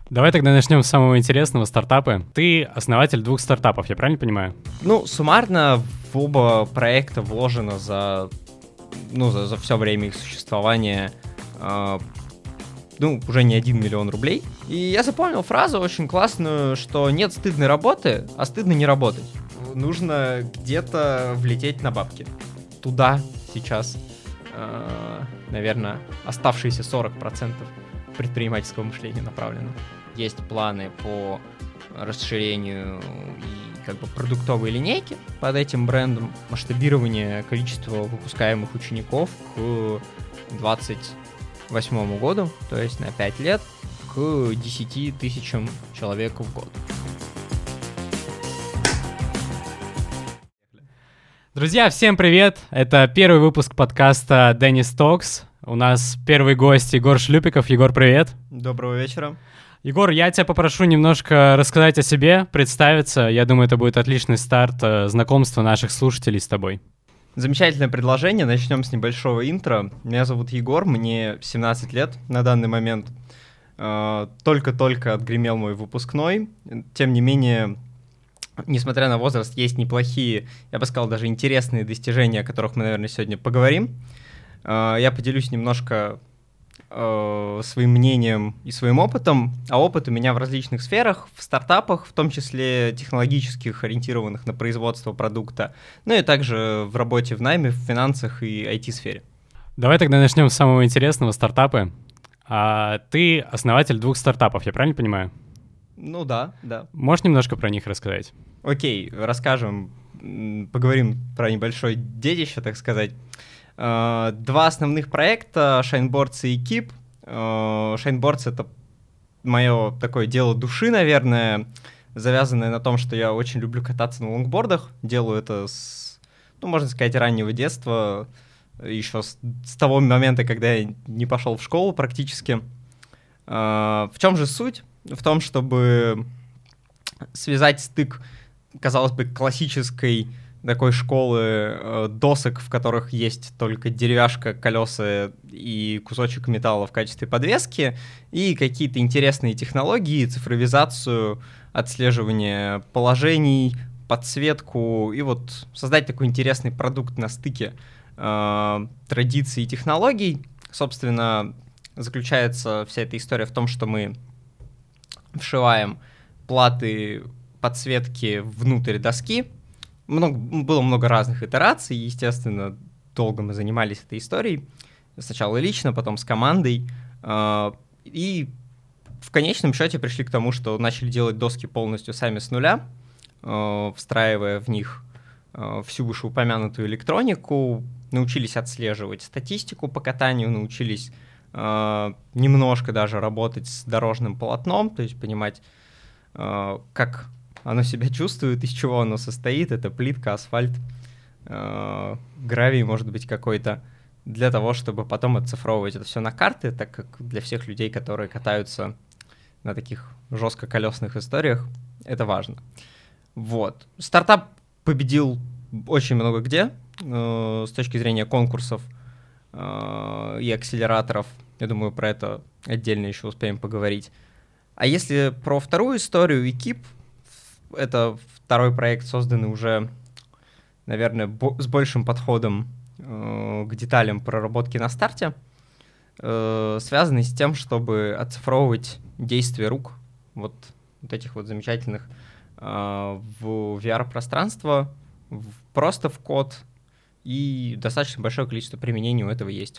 Давай тогда начнем с самого интересного, стартапы. Ты основатель 2 стартапов, я правильно понимаю? Суммарно в оба проекта вложено за все время их существования уже не 1 миллион рублей. И я запомнил фразу очень классную, что нет стыдной работы, а стыдно не работать. Нужно где-то влететь на бабки. Туда сейчас, наверное, оставшиеся 40% предпринимательского мышления направлено. Есть планы по расширению и продуктовой линейки под этим брендом, масштабирование количества выпускаемых учеников к 2028 году, то есть на 5 лет, к 10 тысячам человек в год. Друзья, всем привет! Это первый выпуск подкаста Dennis Talks. У нас первый гость Егор Шлюпиков. Егор, привет! Доброго вечера! Егор, я тебя попрошу немножко рассказать о себе, представиться. Я думаю, это будет отличный старт знакомства наших слушателей с тобой. Замечательное предложение. Начнем с небольшого интро. Меня зовут Егор, мне 17 лет на данный момент. Только-только отгремел мой выпускной. Тем не менее, несмотря на возраст, есть неплохие, я бы сказал, даже интересные достижения, о которых мы, наверное, сегодня поговорим. Я поделюсь немножко своим мнением и своим опытом, а опыт у меня в различных сферах, в стартапах, в том числе технологических, ориентированных на производство продукта, и также в работе в найме, в финансах и IT-сфере. Давай тогда начнем с самого интересного, стартапы. Ты основатель 2 стартапов, я правильно понимаю? Да. Можешь немножко про них рассказать? Окей, расскажем, поговорим про небольшое детище, так сказать. 2 основных проекта, Shineboards и Keep. Shineboards — это мое такое дело души, наверное, завязанное на том, что я очень люблю кататься на лонгбордах. Делаю это можно сказать, раннего детства, еще с того момента, когда я не пошел в школу практически. В чем же суть? В том, чтобы связать стык, казалось бы, классической такой школы досок, в которых есть только деревяшка, колеса и кусочек металла в качестве подвески, и какие-то интересные технологии, цифровизацию, отслеживание положений, подсветку, и создать такой интересный продукт на стыке традиций и технологий. Собственно, заключается вся эта история в том, что мы вшиваем платы подсветки внутрь доски. Было много разных итераций, естественно, долго мы занимались этой историей. Сначала лично, потом с командой. И в конечном счете пришли к тому, что начали делать доски полностью сами с нуля, встраивая в них всю вышеупомянутую электронику, научились отслеживать статистику по катанию, научились немножко даже работать с дорожным полотном, то есть понимать, как оно себя чувствует, из чего оно состоит. Это плитка, асфальт, гравий, может быть, какой-то, для того, чтобы потом оцифровывать это все на карты, так как для всех людей, которые катаются на таких жесткоколесных историях, это важно. Стартап победил очень много где, с точки зрения конкурсов и акселераторов. Я думаю, про это отдельно еще успеем поговорить. А если про вторую историю, Ekip, это второй проект, созданный уже, наверное, с большим подходом к деталям проработки на старте, связанный с тем, чтобы оцифровывать действия рук этих замечательных в VR-пространство, просто в код, и достаточно большое количество применений у этого есть.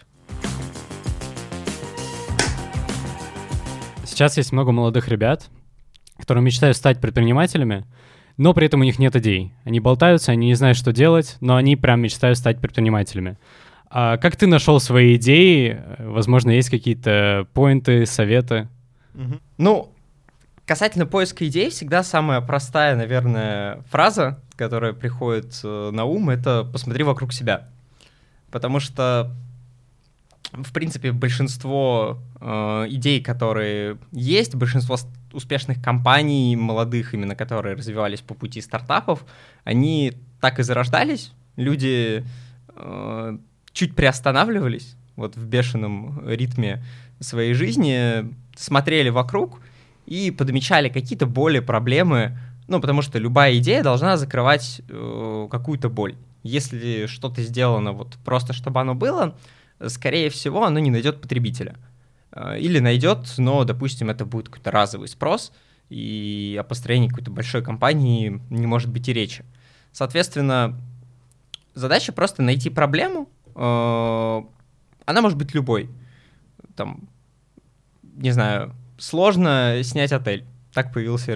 Сейчас есть много молодых ребят, которые мечтают стать предпринимателями, но при этом у них нет идей. Они болтаются, они не знают, что делать, но они прям мечтают стать предпринимателями. А как ты нашел свои идеи? Возможно, есть какие-то поинты, советы? Касательно поиска идей, всегда самая простая, наверное, фраза, которая приходит на ум, это «посмотри вокруг себя». Потому что, в принципе, большинство идей, которые есть, большинство успешных компаний, молодых именно, которые развивались по пути стартапов, они так и зарождались. Люди чуть приостанавливались в бешеном ритме своей жизни, смотрели вокруг и подмечали какие-то боли, проблемы, ну, потому что любая идея должна закрывать какую-то боль. Если что-то сделано вот просто, чтобы оно было, скорее всего, оно не найдет потребителя. Или найдет, но, допустим, это будет какой-то разовый спрос, и о построении какой-то большой компании не может быть и речи. Соответственно, задача просто найти проблему. Она может быть любой. Там, не знаю, сложно снять отель. Так появился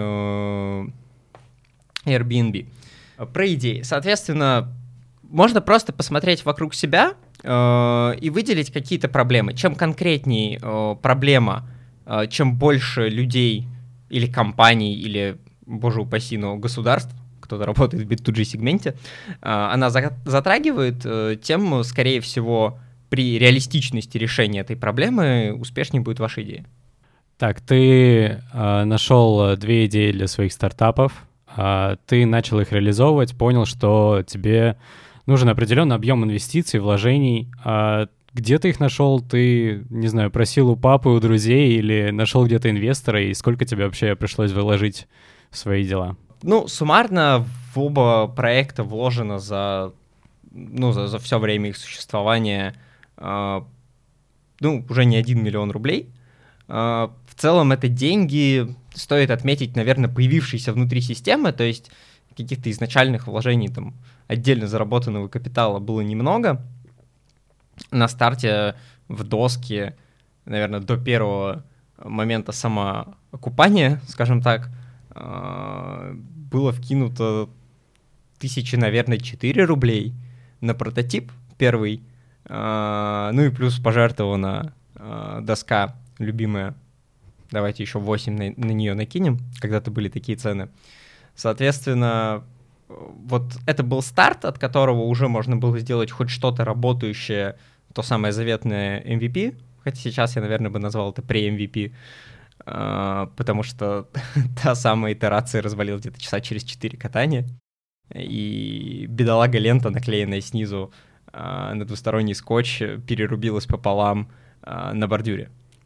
Airbnb. Про идеи. Соответственно, можно просто посмотреть вокруг себя и выделить какие-то проблемы. Чем конкретнее проблема, чем больше людей или компаний, или, боже упаси, но государств, кто-то работает в B2G-сегменте, она затрагивает, тем, скорее всего, при реалистичности решения этой проблемы успешнее будет ваша идея. Так, ты нашел 2 идеи для своих стартапов, ты начал их реализовывать, понял, что тебе нужен определенный объем инвестиций, вложений. Где ты их нашел? Ты, не знаю, просил у папы, у друзей или нашел где-то инвестора, и сколько тебе вообще пришлось вложить в свои дела? Ну, суммарно в оба проекта вложено за все время их существования уже не 1 миллион рублей. В целом это деньги, стоит отметить, наверное, появившиеся внутри системы, то есть каких-то изначальных вложений, там, отдельно заработанного капитала было немного. На старте в доске, наверное, до первого момента самоокупания, скажем так, было вкинуто 4 рублей на прототип первый, ну и плюс пожертвована доска любимая. Давайте еще 8 на нее накинем, когда-то были такие цены. Соответственно, вот это был старт, от которого уже можно было сделать хоть что-то работающее, то самое заветное MVP, хотя сейчас я, наверное, бы назвал это pre-MVP, потому что та самая итерация развалилась где-то часа через 4 катания, и бедолага лента, наклеенная снизу на двусторонний скотч, перерубилась пополам на бордюре.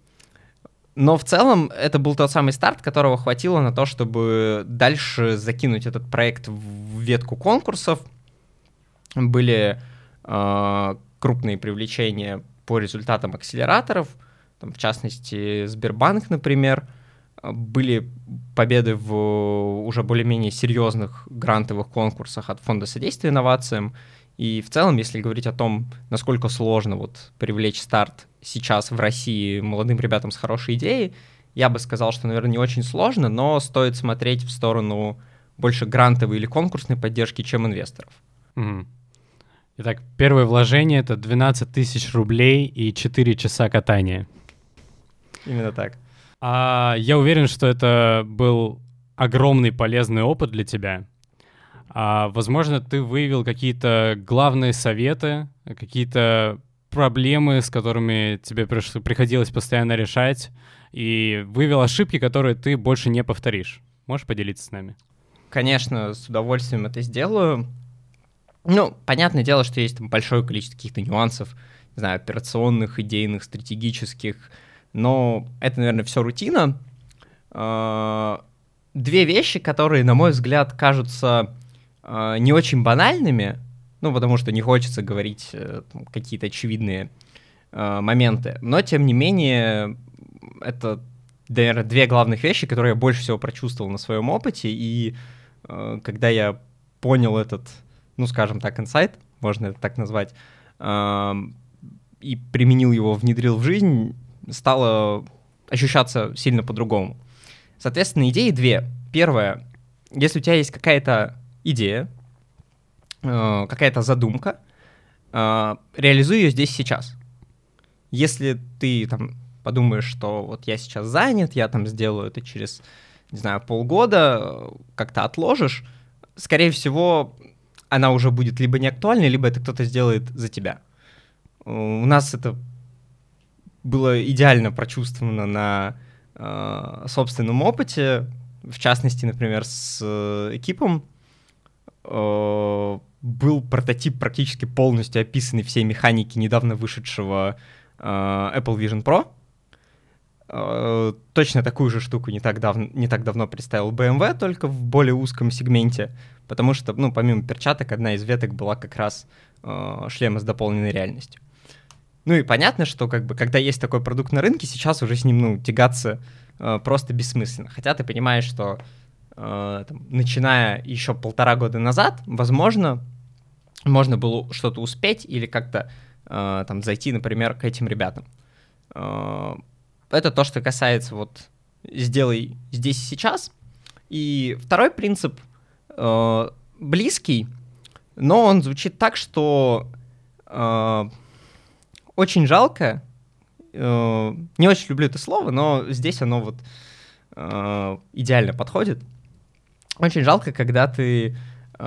Но в целом это был тот самый старт, которого хватило на то, чтобы дальше закинуть этот проект в ветку конкурсов. Были крупные привлечения по результатам акселераторов, там, в частности, Сбербанк, например. Были победы в уже более-менее серьезных грантовых конкурсах от Фонда содействия инновациям. И в целом, если говорить о том, насколько сложно вот привлечь старт сейчас в России молодым ребятам с хорошей идеей, я бы сказал, что, наверное, не очень сложно, но стоит смотреть в сторону больше грантовой или конкурсной поддержки, чем инвесторов. Mm. Итак, первое вложение — это 12 тысяч рублей и 4 часа катания. Именно так. Я уверен, что это был огромный полезный опыт для тебя. Возможно, ты выявил какие-то главные советы, какие-то проблемы, с которыми тебе приходилось постоянно решать, и вывел ошибки, которые ты больше не повторишь. Можешь поделиться с нами? Конечно, с удовольствием это сделаю. Ну, понятное дело, что есть там большое количество каких-то нюансов, не знаю, операционных, идейных, стратегических, но это, наверное, все рутина. 2 вещи, которые, на мой взгляд, кажутся не очень банальными, ну, потому что не хочется говорить какие-то очевидные моменты, но, тем не менее, это, наверное, 2 главных вещи, которые я больше всего прочувствовал на своем опыте, и когда я понял этот, ну, скажем так, инсайт, можно это так назвать, и применил его, внедрил в жизнь, стало ощущаться сильно по-другому. Соответственно, идеи 2. Первая, если у тебя есть какая-то идея, какая-то задумка, реализуй ее здесь сейчас. Если ты там подумаешь, что вот я сейчас занят, я там сделаю это через, не знаю, полгода, как-то отложишь, скорее всего, она уже будет либо не актуальной, либо это кто-то сделает за тебя. У нас это было идеально прочувствовано на собственном опыте, в частности, например, с экипом. Был прототип практически полностью описанный всей механики недавно вышедшего Apple Vision Pro. точно такую же штуку не так давно представил BMW, только в более узком сегменте, потому что, ну, помимо перчаток, одна из веток была как раз шлемы с дополненной реальностью. Ну и понятно, что как бы, когда есть такой продукт на рынке, сейчас уже с ним, ну, тягаться просто бессмысленно. Хотя ты понимаешь, что начиная еще 1,5 года назад, возможно, можно было что-то успеть или как-то там зайти, например, к этим ребятам. Это то, что касается вот «сделай здесь и сейчас». И второй принцип близкий, но он звучит так, что очень жалко, не очень люблю это слово, но здесь оно вот идеально подходит. Очень жалко, когда ты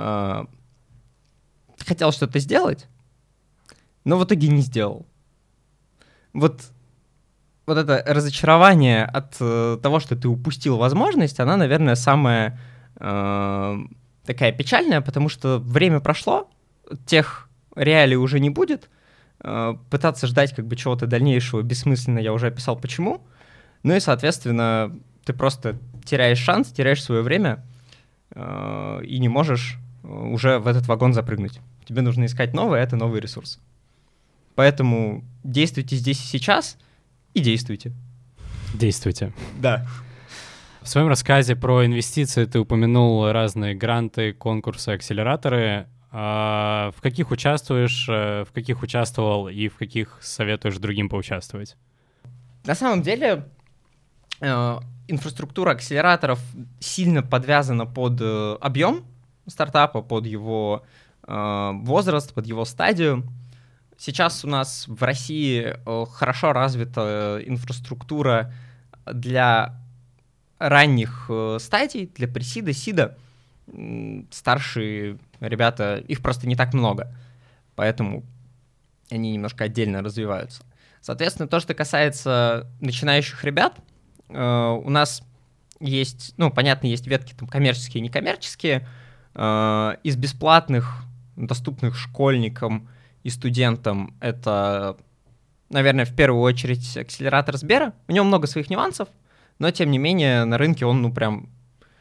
хотел что-то сделать, но в итоге не сделал. Вот это разочарование от того, что ты упустил возможность, она, наверное, самая такая печальная, потому что время прошло, тех реалий уже не будет, пытаться ждать как бы чего-то дальнейшего бессмысленно, я уже описал почему, ну и, соответственно, ты просто теряешь шанс, теряешь свое время и не можешь уже в этот вагон запрыгнуть. Тебе нужно искать новое, это новый ресурс. Поэтому действуйте здесь и сейчас и действуйте. Действуйте. Да. В своем рассказе про инвестиции ты упомянул разные гранты, конкурсы, акселераторы. В каких участвуешь, в каких участвовал и в каких советуешь другим поучаствовать? На самом деле инфраструктура акселераторов сильно подвязана под объем стартапа, под его возраст, под его стадию. Сейчас у нас в России хорошо развита инфраструктура для ранних стадий, для пресида, сида. Старшие ребята, их просто не так много, поэтому они немножко отдельно развиваются. Соответственно, то, что касается начинающих ребят, у нас есть, ну, понятно, есть ветки там коммерческие и некоммерческие. Из бесплатных, доступных школьникам и студентам, это, наверное, в первую очередь акселератор Сбера. У него много своих нюансов, но, тем не менее, на рынке он, ну, прям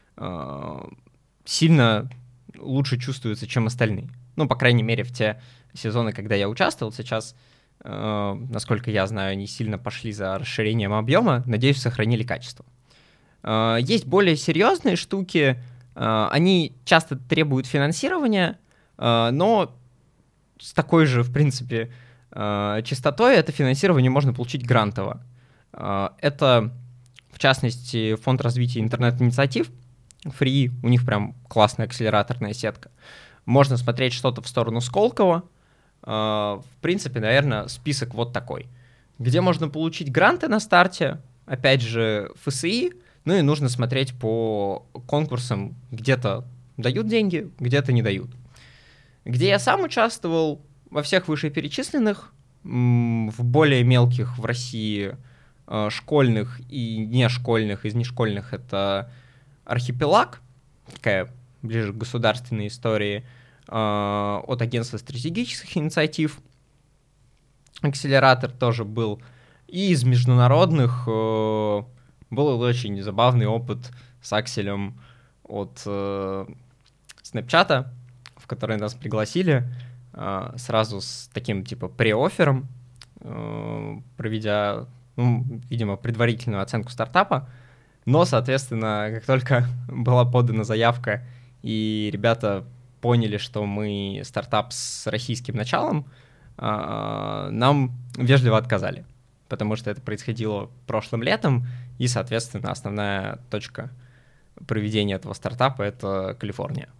сильно лучше чувствуется, чем остальные. Ну, по крайней мере, в те сезоны, когда я участвовал. Сейчас, насколько я знаю, они сильно пошли за расширением объема. Надеюсь, сохранили качество. Есть более серьезные штуки. Они часто требуют финансирования, но с такой же, в принципе, частотой это финансирование можно получить грантово. Это, в частности, Фонд развития интернет-инициатив, Free, у них прям классная акселераторная сетка. Можно смотреть что-то в сторону Сколково. В принципе, наверное, список вот такой. Где можно получить гранты на старте, опять же, ФСИ, ну и нужно смотреть по конкурсам, где-то дают деньги, где-то не дают. Где я сам участвовал, во всех вышеперечисленных, в более мелких в России школьных и нешкольных, из нешкольных это Архипелаг, такая ближе к государственной истории, от агентства стратегических инициатив. Акселератор тоже был. И из международных был очень забавный опыт с Акселем от Снэпчата, в который нас пригласили сразу с таким типа pre-оффером, проведя, ну, видимо, предварительную оценку стартапа. Но, соответственно, как только была подана заявка, и ребята поняли, что мы стартап с российским началом, нам вежливо отказали, потому что это происходило прошлым летом, и, соответственно, основная точка проведения этого стартапа — это Калифорния.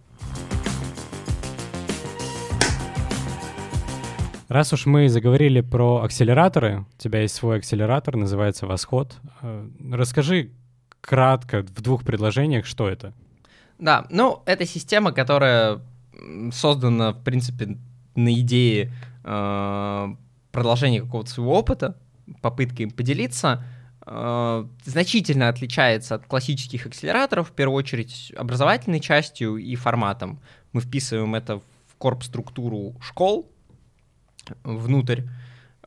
Раз уж мы заговорили про акселераторы, у тебя есть свой акселератор, называется «Восход». Расскажи кратко, в 2 предложениях, что это. Да, ну, это система, которая создана, в принципе, на идее продолжения какого-то своего опыта, попытки им поделиться, значительно отличается от классических акселераторов, в первую очередь образовательной частью и форматом. Мы вписываем это в корп-структуру школ внутрь.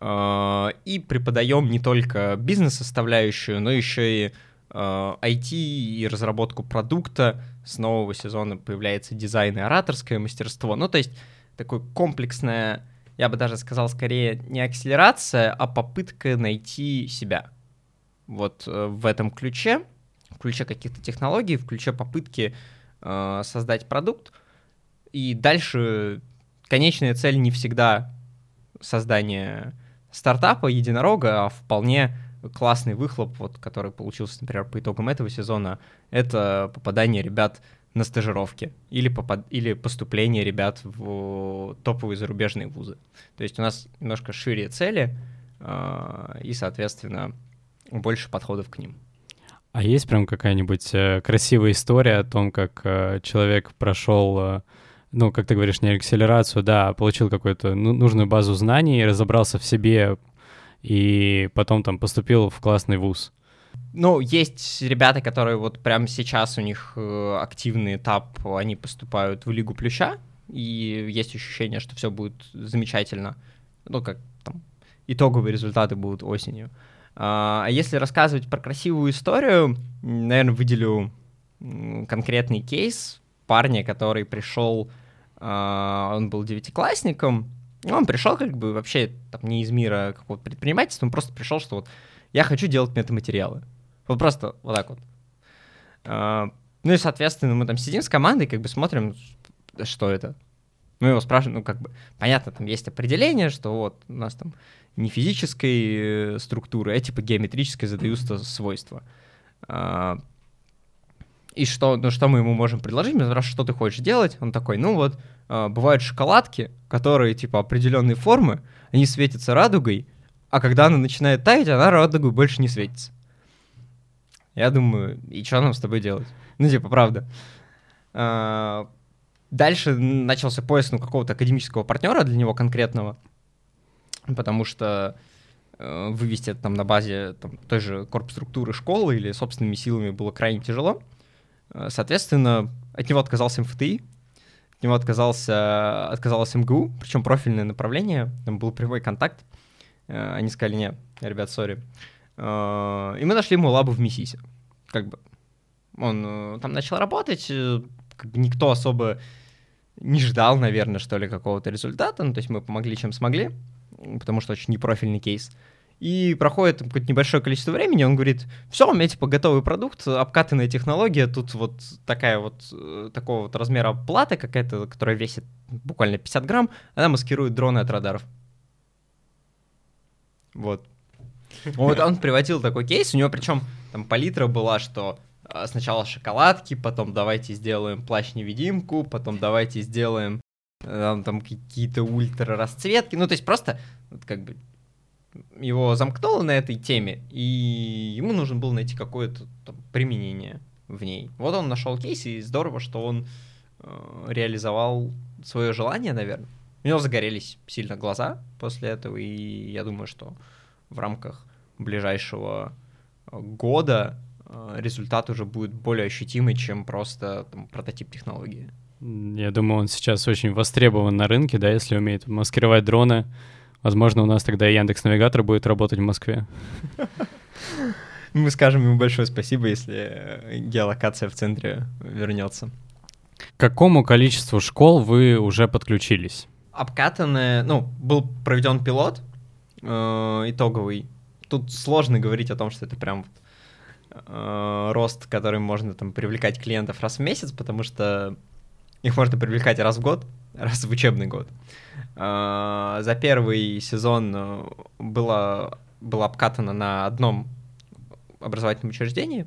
и преподаем не только бизнес-составляющую, но еще и IT и разработку продукта. С нового сезона появляется дизайн и ораторское мастерство. Ну, то есть такое комплексное, я бы даже сказал, скорее не акселерация, а попытка найти себя. Вот в этом ключе, в ключе каких-то технологий, в ключе попытки создать продукт. И дальше конечная цель не всегда создание стартапа, единорога, а вполне классный выхлоп, вот, который получился, например, по итогам этого сезона, это попадание ребят на стажировки или поступление ребят в топовые зарубежные вузы. То есть у нас немножко шире цели и, соответственно, больше подходов к ним. А есть прям какая-нибудь красивая история о том, как человек прошел, ну, как ты говоришь, не акселерацию, да, а получил какую-то нужную базу знаний, разобрался в себе и потом там поступил в классный вуз? Ну, есть ребята, которые вот прямо сейчас у них активный этап, они поступают в Лигу Плюща, и есть ощущение, что все будет замечательно. Ну, как там, итоговые результаты будут осенью. А если рассказывать про красивую историю, наверное, выделю конкретный кейс парня, который пришел, он был девятиклассником, он пришел как бы вообще там, не из мира какого-то предпринимательства, он просто пришел, что вот я хочу делать метаматериалы. Вот просто вот так вот. Ну и, соответственно, мы там сидим с командой, как бы смотрим, что это. Мы его спрашиваем, ну как бы, понятно, там есть определение, что вот у нас там не физической структуры, а типа геометрической задаются свойства. И что, ну, что мы ему можем предложить? Мы спрашиваем, что ты хочешь делать? Он такой, ну вот, бывают шоколадки, которые типа определенной формы, они светятся радугой, а когда она начинает таять, она радугой больше не светится. Я думаю, и что нам с тобой делать? Ну, типа, правда. Дальше начался поиск какого-то академического партнера для него конкретного, потому что вывести это там на базе там, той же корпструктуры школы или собственными силами было крайне тяжело. Соответственно, от него отказался МФТИ, от него отказалось МГУ, причем профильное направление, там был прямой контакт. Они сказали, не, ребят, сори. И мы нашли ему лабу в МИСИСе. Как бы он там начал работать, как бы никто особо не ждал, наверное, что ли, какого-то результата. Ну, то есть мы помогли, чем смогли, потому что очень непрофильный кейс. И проходит какое-то небольшое количество времени, он говорит, все, у меня типа готовый продукт, обкатанная технология, тут вот такого вот размера плата какая-то, которая весит буквально 50 грамм, она маскирует дроны от радаров. Вот. Вот он приводил такой кейс, у него причем там палитра была, что сначала шоколадки, потом давайте сделаем плащ-невидимку, потом давайте сделаем там какие-то ультра-расцветки, ну то есть просто вот, как бы его замкнуло на этой теме, и ему нужно было найти какое-то там применение в ней. Вот он нашел кейс, и здорово, что он реализовал свое желание, наверное. У него загорелись сильно глаза после этого, и я думаю, что в рамках ближайшего года результат уже будет более ощутимый, чем просто там, прототип технологии. Я думаю, он сейчас очень востребован на рынке, да, если умеет маскировать дроны. Возможно, у нас тогда и Яндекс.Навигатор будет работать в Москве. Мы скажем ему большое спасибо, если геолокация в центре вернется. К какому количеству школ вы уже подключились? Обкатанные, ну, был проведен пилот итоговый. Тут сложно говорить о том, что это прям рост, который можно там привлекать клиентов раз в месяц, потому что их можно привлекать раз в год, раз в учебный год. За первый сезон было обкатано на одном образовательном учреждении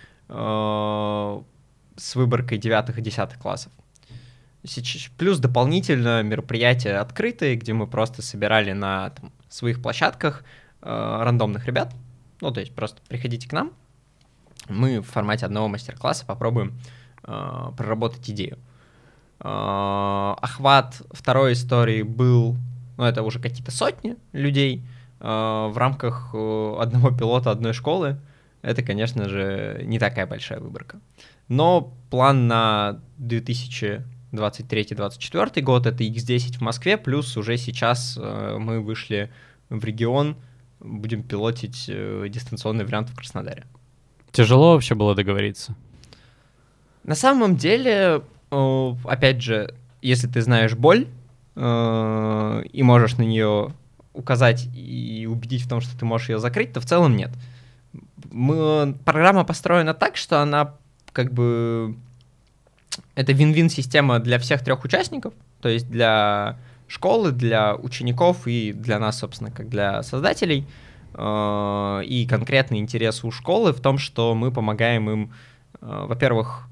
с выборкой 9 и 10 классов. Плюс дополнительно мероприятия открытые, где мы просто собирали на там, своих площадках рандомных ребят. Ну, то есть просто приходите к нам, мы в формате одного мастер-класса попробуем проработать идею. Охват второй истории был, ну, это уже какие-то сотни людей в рамках одного пилота одной школы. Это, конечно же, не такая большая выборка. Но план на 2023-2024 год — это X10 в Москве, плюс уже сейчас мы вышли в регион, будем пилотить дистанционный вариант в Краснодаре. Тяжело вообще было договориться? На самом деле, опять же, если ты знаешь боль и можешь на нее указать и убедить в том, что ты можешь ее закрыть, то в целом нет. Программа построена так, что она как бы... Это вин-вин система для всех 3 участников, то есть для школы, для учеников и для нас, собственно, как для создателей. И конкретный интерес у школы в том, что мы помогаем им, во-первых,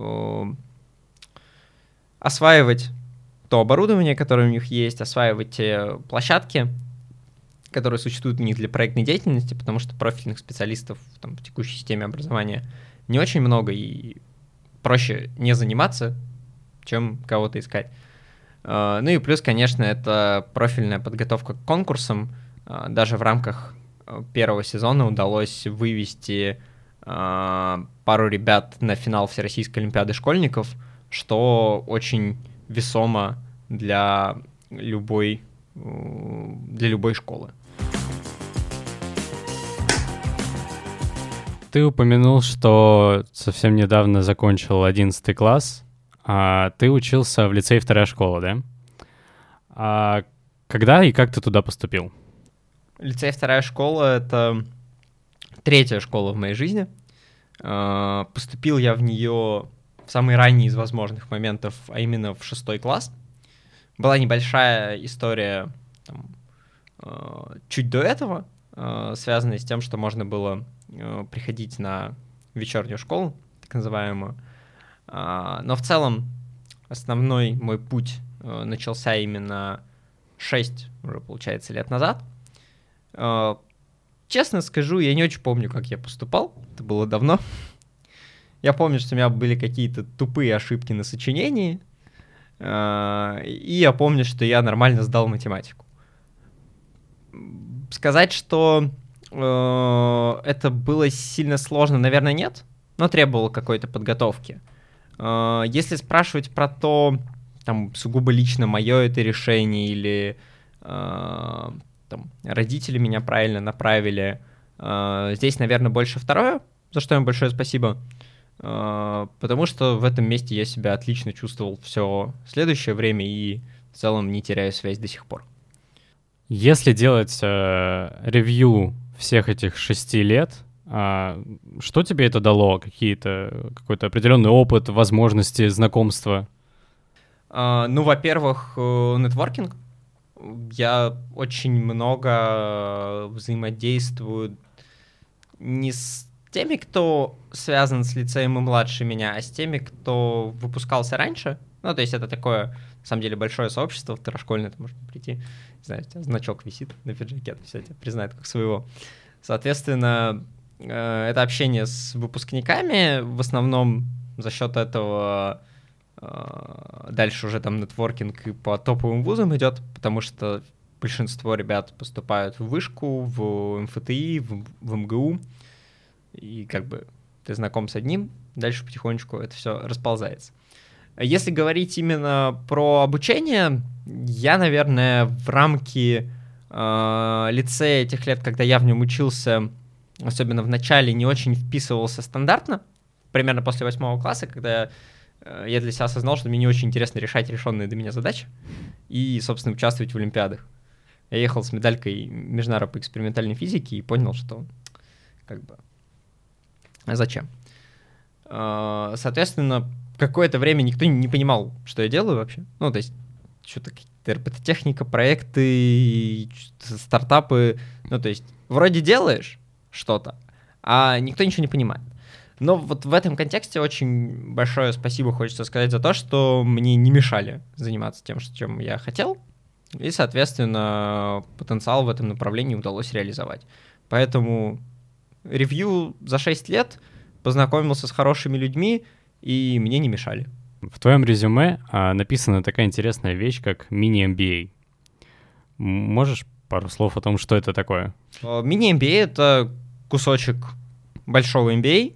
осваивать то оборудование, которое у них есть, осваивать те площадки, которые существуют у них для проектной деятельности, потому что профильных специалистов там, в текущей системе образования не очень много, и проще не заниматься, чем кого-то искать. Ну и плюс, конечно, это профильная подготовка к конкурсам. Даже в рамках 1 сезона удалось вывести пару ребят на финал Всероссийской олимпиады школьников, что очень весомо для любой школы. Ты упомянул, что совсем недавно закончил 11 класс, а ты учился в лицее «Вторая школа», да? А когда и как ты туда поступил? Лицей «Вторая школа» — это 3-я школа в моей жизни. Поступил я в нее в самый ранний из возможных моментов, а именно в 6 класс. Была небольшая история там, чуть до этого, связанная с тем, что можно было приходить на вечернюю школу, так называемую. Но в целом основной мой путь начался именно 6, уже получается, лет назад. Честно скажу, я не очень помню, как я поступал. Это было давно. Я помню, что у меня были какие-то тупые ошибки на сочинении. И я помню, что я нормально сдал математику. Сказать, что это было сильно сложно, наверное, нет, но требовало какой-то подготовки. Если спрашивать про то, там, сугубо лично мое это решение или там, родители меня правильно направили, здесь, наверное, больше второе, за что им большое спасибо, потому что в этом месте я себя отлично чувствовал все следующее время и в целом не теряю связь до сих пор. Если делать ревью всех этих 6 лет, что тебе это дало? Какой-то определенный опыт, возможности, знакомства? Ну, во-первых, нетворкинг. Я очень много взаимодействую не с теми, кто связан с лицеем и младше меня, а с теми, кто выпускался раньше. Ну, то есть это такое, на самом деле, большое сообщество второшкольное, ты можешь прийти, не знаю, у тебя значок висит на пиджаке, все тебя признают как своего. Соответственно, это общение с выпускниками, в основном за счет этого дальше уже там нетворкинг и по топовым вузам идет, потому что большинство ребят поступают в вышку, в МФТИ, в МГУ, и как бы ты знаком с одним, дальше потихонечку это все расползается. Если говорить именно про обучение, я, наверное, в рамки лицея тех лет, когда я в нем учился, особенно в начале, не очень вписывался стандартно, примерно после 8 класса, когда я для себя осознал, что мне не очень интересно решать решенные до меня задачи и, собственно, участвовать в олимпиадах. Я ехал с медалькой Межнара по экспериментальной физике и понял, что как бы зачем. Соответственно, какое-то время никто не понимал, что я делаю вообще. Ну, то есть, что-то какие-то робототехника, проекты, стартапы. Ну, то есть, вроде делаешь что-то, а никто ничего не понимает. Но вот в этом контексте очень большое спасибо хочется сказать за то, что мне не мешали заниматься тем, чем я хотел, и, соответственно, потенциал в этом направлении удалось реализовать. Поэтому ревью за 6 лет, познакомился с хорошими людьми, и мне не мешали. В твоем резюме написана такая интересная вещь, как мини-MBA. Можешь пару слов о том, что это такое? Мини-MBA — это кусочек большого MBA.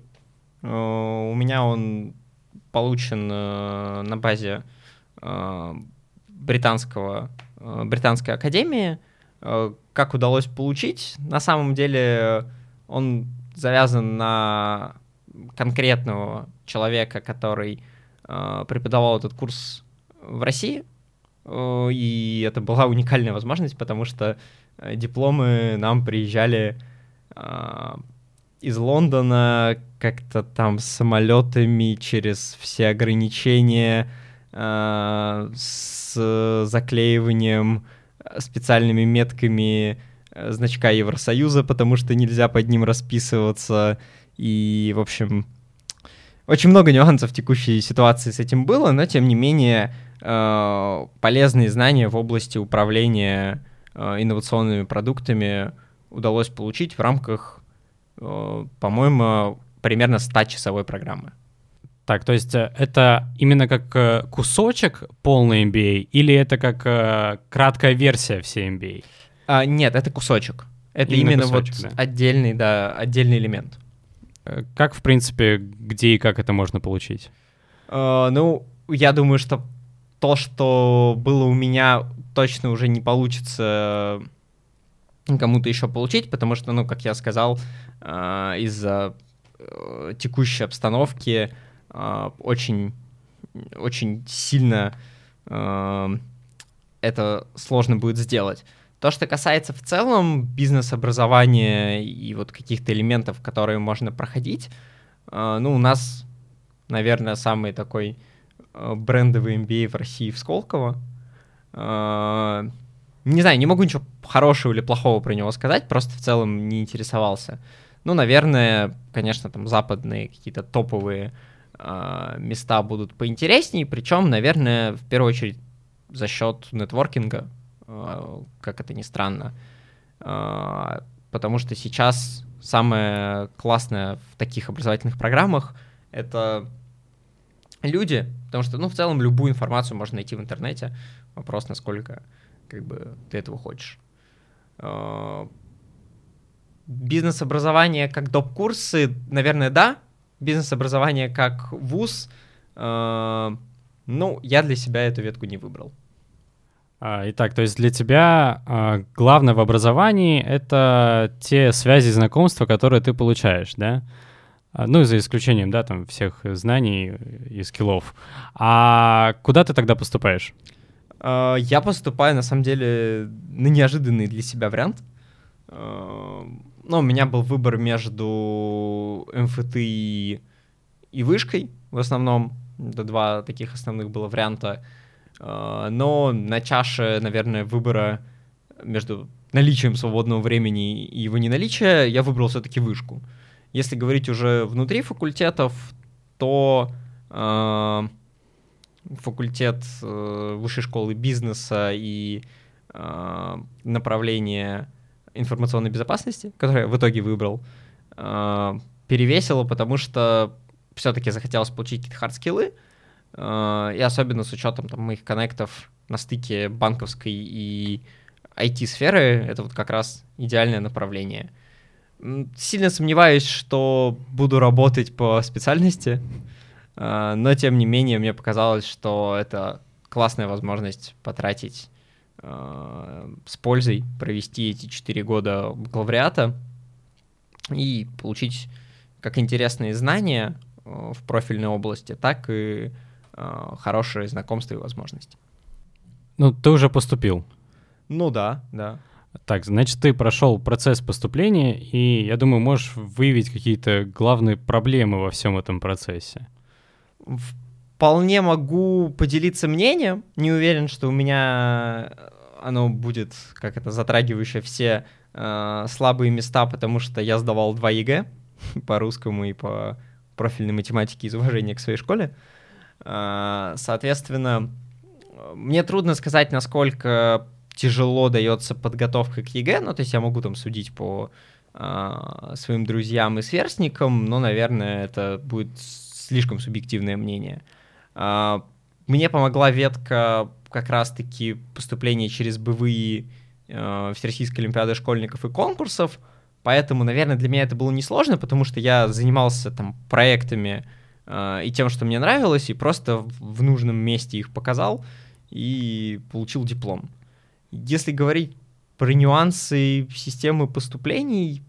У меня он получен на базе британской академии, как удалось получить, на самом деле он завязан на конкретного человека, который преподавал этот курс в России, и это была уникальная возможность, потому что дипломы нам приезжали из Лондона как-то там с самолетами через все ограничения, с заклеиванием специальными метками значка Евросоюза, потому что нельзя под ним расписываться. И, в общем, очень много нюансов в текущей ситуации с этим было, но, тем не менее, полезные знания в области управления инновационными продуктами удалось получить в рамках, по-моему, примерно 100-часовой программы. Так, то есть это именно как кусочек полный MBA или это как краткая версия всей MBA? Нет, это кусочек. Это именно кусочек, вот да. отдельный элемент. Как, в принципе, где и как это можно получить? Ну, я думаю, что то, что было у меня, точно уже не получится кому-то еще получить, потому что, ну, как я сказал, из-за текущей обстановки очень, очень сильно это сложно будет сделать. То, что касается в целом бизнес-образования и вот каких-то элементов, которые можно проходить, ну, у нас, наверное, самый такой брендовый MBA в России в Сколково. Не знаю, не могу ничего хорошего или плохого про него сказать, просто в целом не интересовался. Ну, наверное, конечно, там западные какие-то топовые места будут поинтереснее, причем, наверное, в первую очередь за счет нетворкинга, как это ни странно, потому что сейчас самое классное в таких образовательных программах — это люди, потому что, ну, в целом любую информацию можно найти в интернете, вопрос, насколько, как бы, ты этого хочешь. Бизнес-образование как доп-курсы, наверное, да. Бизнес-образование как вуз, ну, я для себя эту ветку не выбрал. Итак, то есть для тебя главное в образовании — это те связи и знакомства, которые ты получаешь, да? Ну, за исключением, да, там, всех знаний и скиллов. А куда ты тогда поступаешь? Я поступаю, на самом деле, на неожиданный для себя вариант. Ну, у меня был выбор между МФТ и вышкой, в основном. Это два таких основных было варианта. Но на чаше, наверное, выбора между наличием свободного времени и его неналичия я выбрал все-таки вышку. Если говорить уже внутри факультетов, то факультет Высшей школы бизнеса и направление информационной безопасности, которое я в итоге выбрал, перевесило, потому что все-таки захотелось получить какие-то хардскиллы, и особенно с учетом там моих коннектов на стыке банковской и IT-сферы, это вот как раз идеальное направление. Сильно сомневаюсь, что буду работать по специальности, но тем не менее мне показалось, что это классная возможность потратить с пользой, провести эти 4 года бакалавриата и получить как интересные знания в профильной области, так и хорошие знакомства и возможности. Ну, ты уже поступил. Ну да, да. Так, значит, ты прошел процесс поступления, и, я думаю, можешь выявить какие-то главные проблемы во всем этом процессе. Вполне могу поделиться мнением. Не уверен, что у меня оно будет, как это, затрагивающее все слабые места, потому что я сдавал 2 ЕГЭ по русскому и по профильной математике из уважения к своей школе. Соответственно, мне трудно сказать, насколько тяжело дается подготовка к ЕГЭ, ну, то есть я могу там судить по своим друзьям и сверстникам, но, наверное, это будет слишком субъективное мнение. Мне помогла ветка как раз-таки поступления через БВИ Всероссийской олимпиады школьников и конкурсов, поэтому, наверное, для меня это было несложно, потому что я занимался там проектами и тем, что мне нравилось, и просто в нужном месте их показал и получил диплом. Если говорить Про нюансы системы поступлений,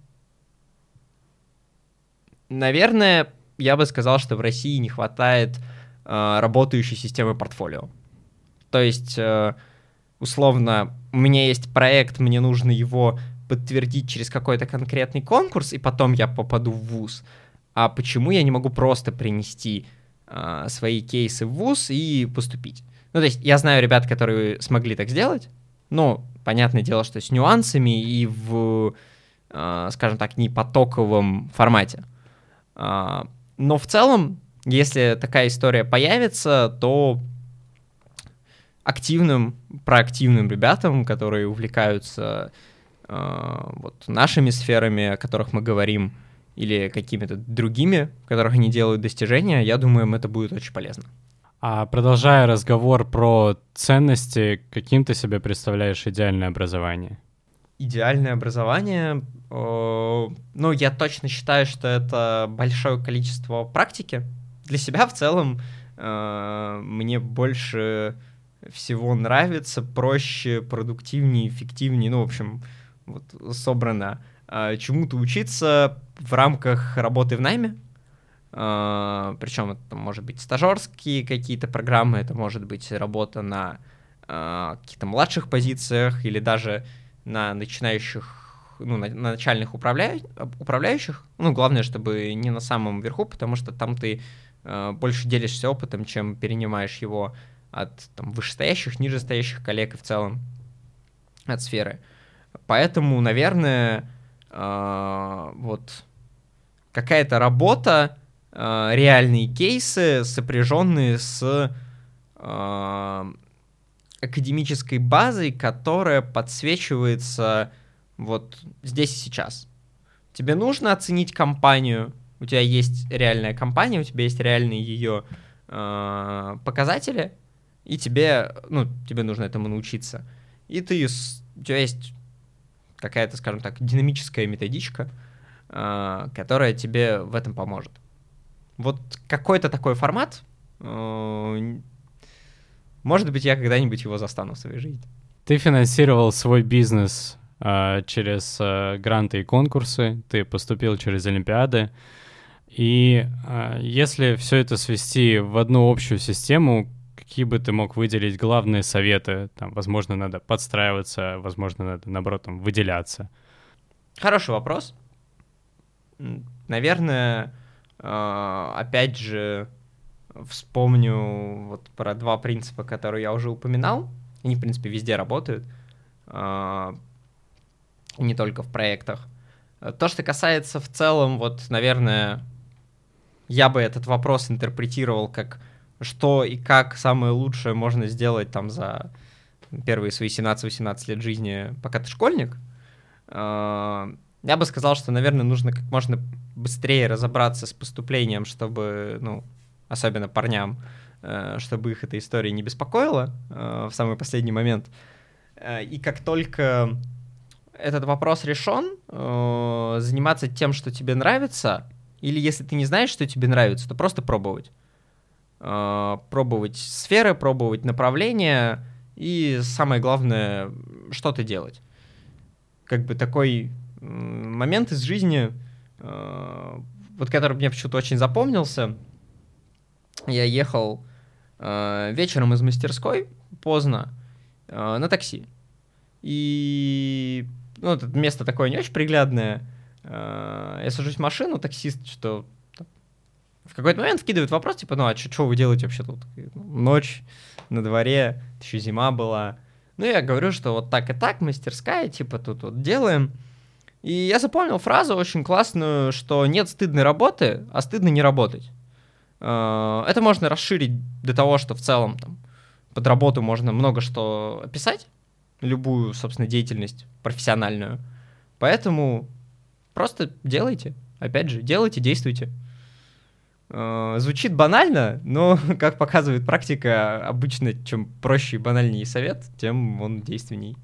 наверное, я бы сказал, что в России не хватает работающей системы портфолио. То есть, условно, у меня есть проект, мне нужно его подтвердить через какой-то конкретный конкурс, и потом я попаду в вуз. А почему я не могу просто принести свои кейсы в вуз и поступить? Ну, то есть я знаю ребят, которые смогли так сделать, но понятное дело, что с нюансами и в, скажем так, не потоковом формате. Но в целом, если такая история появится, то проактивным ребятам, которые увлекаются вот нашими сферами, о которых мы говорим, или какими-то другими, в которых они делают достижения, я думаю, им это будет очень полезно. А продолжая разговор про ценности, каким ты себе представляешь идеальное образование? Идеальное образование, ну, я точно считаю, что это большое количество практики. Для себя в целом мне больше всего нравится, проще, продуктивнее, эффективнее, ну, в общем, вот собрано чему-то учиться в рамках работы в найме. Причем это может быть стажерские какие-то программы, это может быть работа на каких-то младших позициях или даже на начинающих, ну, на начальных управляющих. Ну, главное, чтобы не на самом верху, потому что там ты больше делишься опытом, чем перенимаешь его от там, вышестоящих, нижестоящих коллег и в целом от сферы. Поэтому, наверное, вот какая-то работа, реальные кейсы, сопряженные с академической базой, которая подсвечивается вот здесь и сейчас. Тебе нужно оценить компанию, у тебя есть реальная компания, у тебя есть реальные ее показатели, и тебе нужно этому научиться. И у тебя есть какая-то, скажем так, динамическая методичка, которая тебе в этом поможет. Вот какой-то такой формат, может быть, я когда-нибудь его застану в своей жизни. Ты финансировал свой бизнес через гранты и конкурсы, ты поступил через олимпиады, и если все это свести в одну общую систему, какие бы ты мог выделить главные советы? Там, возможно, надо подстраиваться, возможно, надо, наоборот, там, выделяться. Хороший вопрос. Наверное, опять же, вспомню вот про два принципа, которые я уже упоминал. Они, в принципе, везде работают. Не только в проектах. То, что касается в целом, вот, наверное, я бы этот вопрос интерпретировал как что и как самое лучшее можно сделать там за первые свои 17-18 лет жизни, пока ты школьник. Я бы сказал, что, наверное, нужно как можно быстрее разобраться с поступлением, чтобы, ну, особенно парням, чтобы их эта история не беспокоила в самый последний момент. И как только этот вопрос решен, заниматься тем, что тебе нравится, или если ты не знаешь, что тебе нравится, то просто пробовать. Пробовать сферы, пробовать направления и, самое главное, что-то делать. Как бы такой момент из жизни, вот который мне почему-то очень запомнился. Я ехал вечером из мастерской поздно на такси. И ну, это место такое не очень приглядное. Я сажусь в машину, таксист что в какой-то момент вкидывает вопрос, типа, ну а что вы делаете вообще тут? Ночь на дворе, еще зима была. Ну я говорю, что вот так и так, мастерская, типа тут вот делаем. И я запомнил фразу очень классную, что нет стыдной работы, а стыдно не работать. Это можно расширить до того, что в целом там, под работу можно много что описать, любую, собственно, деятельность профессиональную. Поэтому просто делайте. Опять же, делайте, действуйте. Звучит банально, но, как показывает практика, обычно чем проще и банальнее совет, тем он действенней.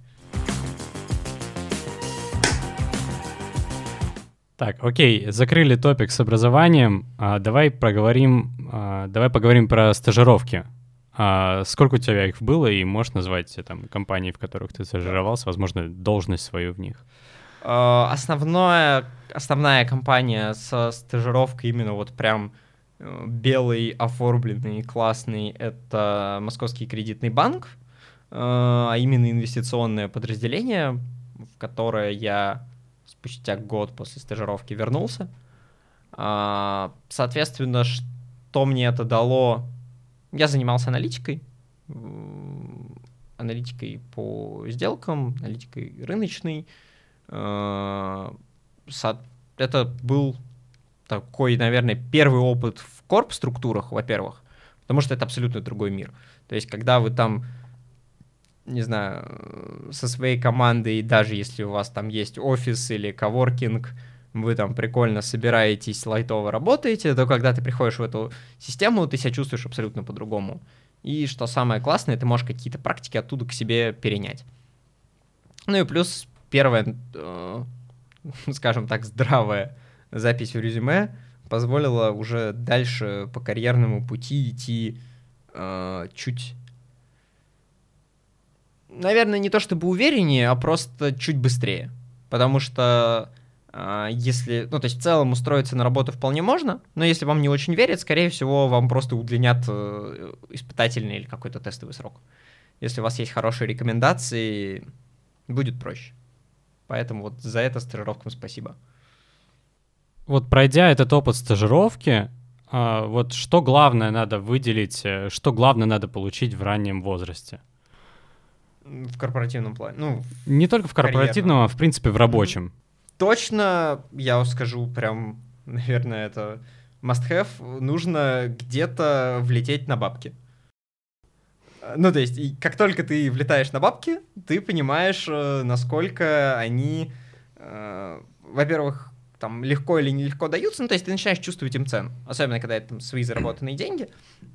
Так, окей, закрыли топик с образованием. Давай поговорим про стажировки. Сколько у тебя их было, и можешь назвать там компании, в которых ты стажировался, возможно, должность свою в них? Основная компания со стажировкой именно вот прям белый, оформленный, классный, это Московский кредитный банк, а именно инвестиционное подразделение, в которое я спустя год после стажировки вернулся. Соответственно, что мне это дало? Я занимался аналитикой по сделкам, аналитикой рыночной. Это был такой, наверное, первый опыт в корп-структурах, во-первых, потому что это абсолютно другой мир. То есть, когда вы там, не знаю, со своей командой, даже если у вас там есть офис или коворкинг, вы там прикольно собираетесь, лайтово работаете, то когда ты приходишь в эту систему, ты себя чувствуешь абсолютно по-другому. И что самое классное, ты можешь какие-то практики оттуда к себе перенять. Ну и плюс первая, скажем так, здравая запись в резюме позволила уже дальше по карьерному пути идти чуть, наверное, не то чтобы увереннее, а просто чуть быстрее. Потому что если, то есть в целом устроиться на работу вполне можно, но если вам не очень верят, скорее всего, вам просто удлинят испытательный или какой-то тестовый срок. Если у вас есть хорошие рекомендации, будет проще. Поэтому вот за это стажировкам спасибо. Вот пройдя этот опыт стажировки, вот что главное надо выделить, что главное надо получить в раннем возрасте? В корпоративном плане? Не только в корпоративном, а в принципе в рабочем. Точно, я скажу прям, наверное, это must-have, нужно где-то влететь на бабки. То есть, как только ты влетаешь на бабки, ты понимаешь, насколько они, во-первых, там легко или нелегко даются, то есть ты начинаешь чувствовать им цену, особенно когда это там свои заработанные деньги.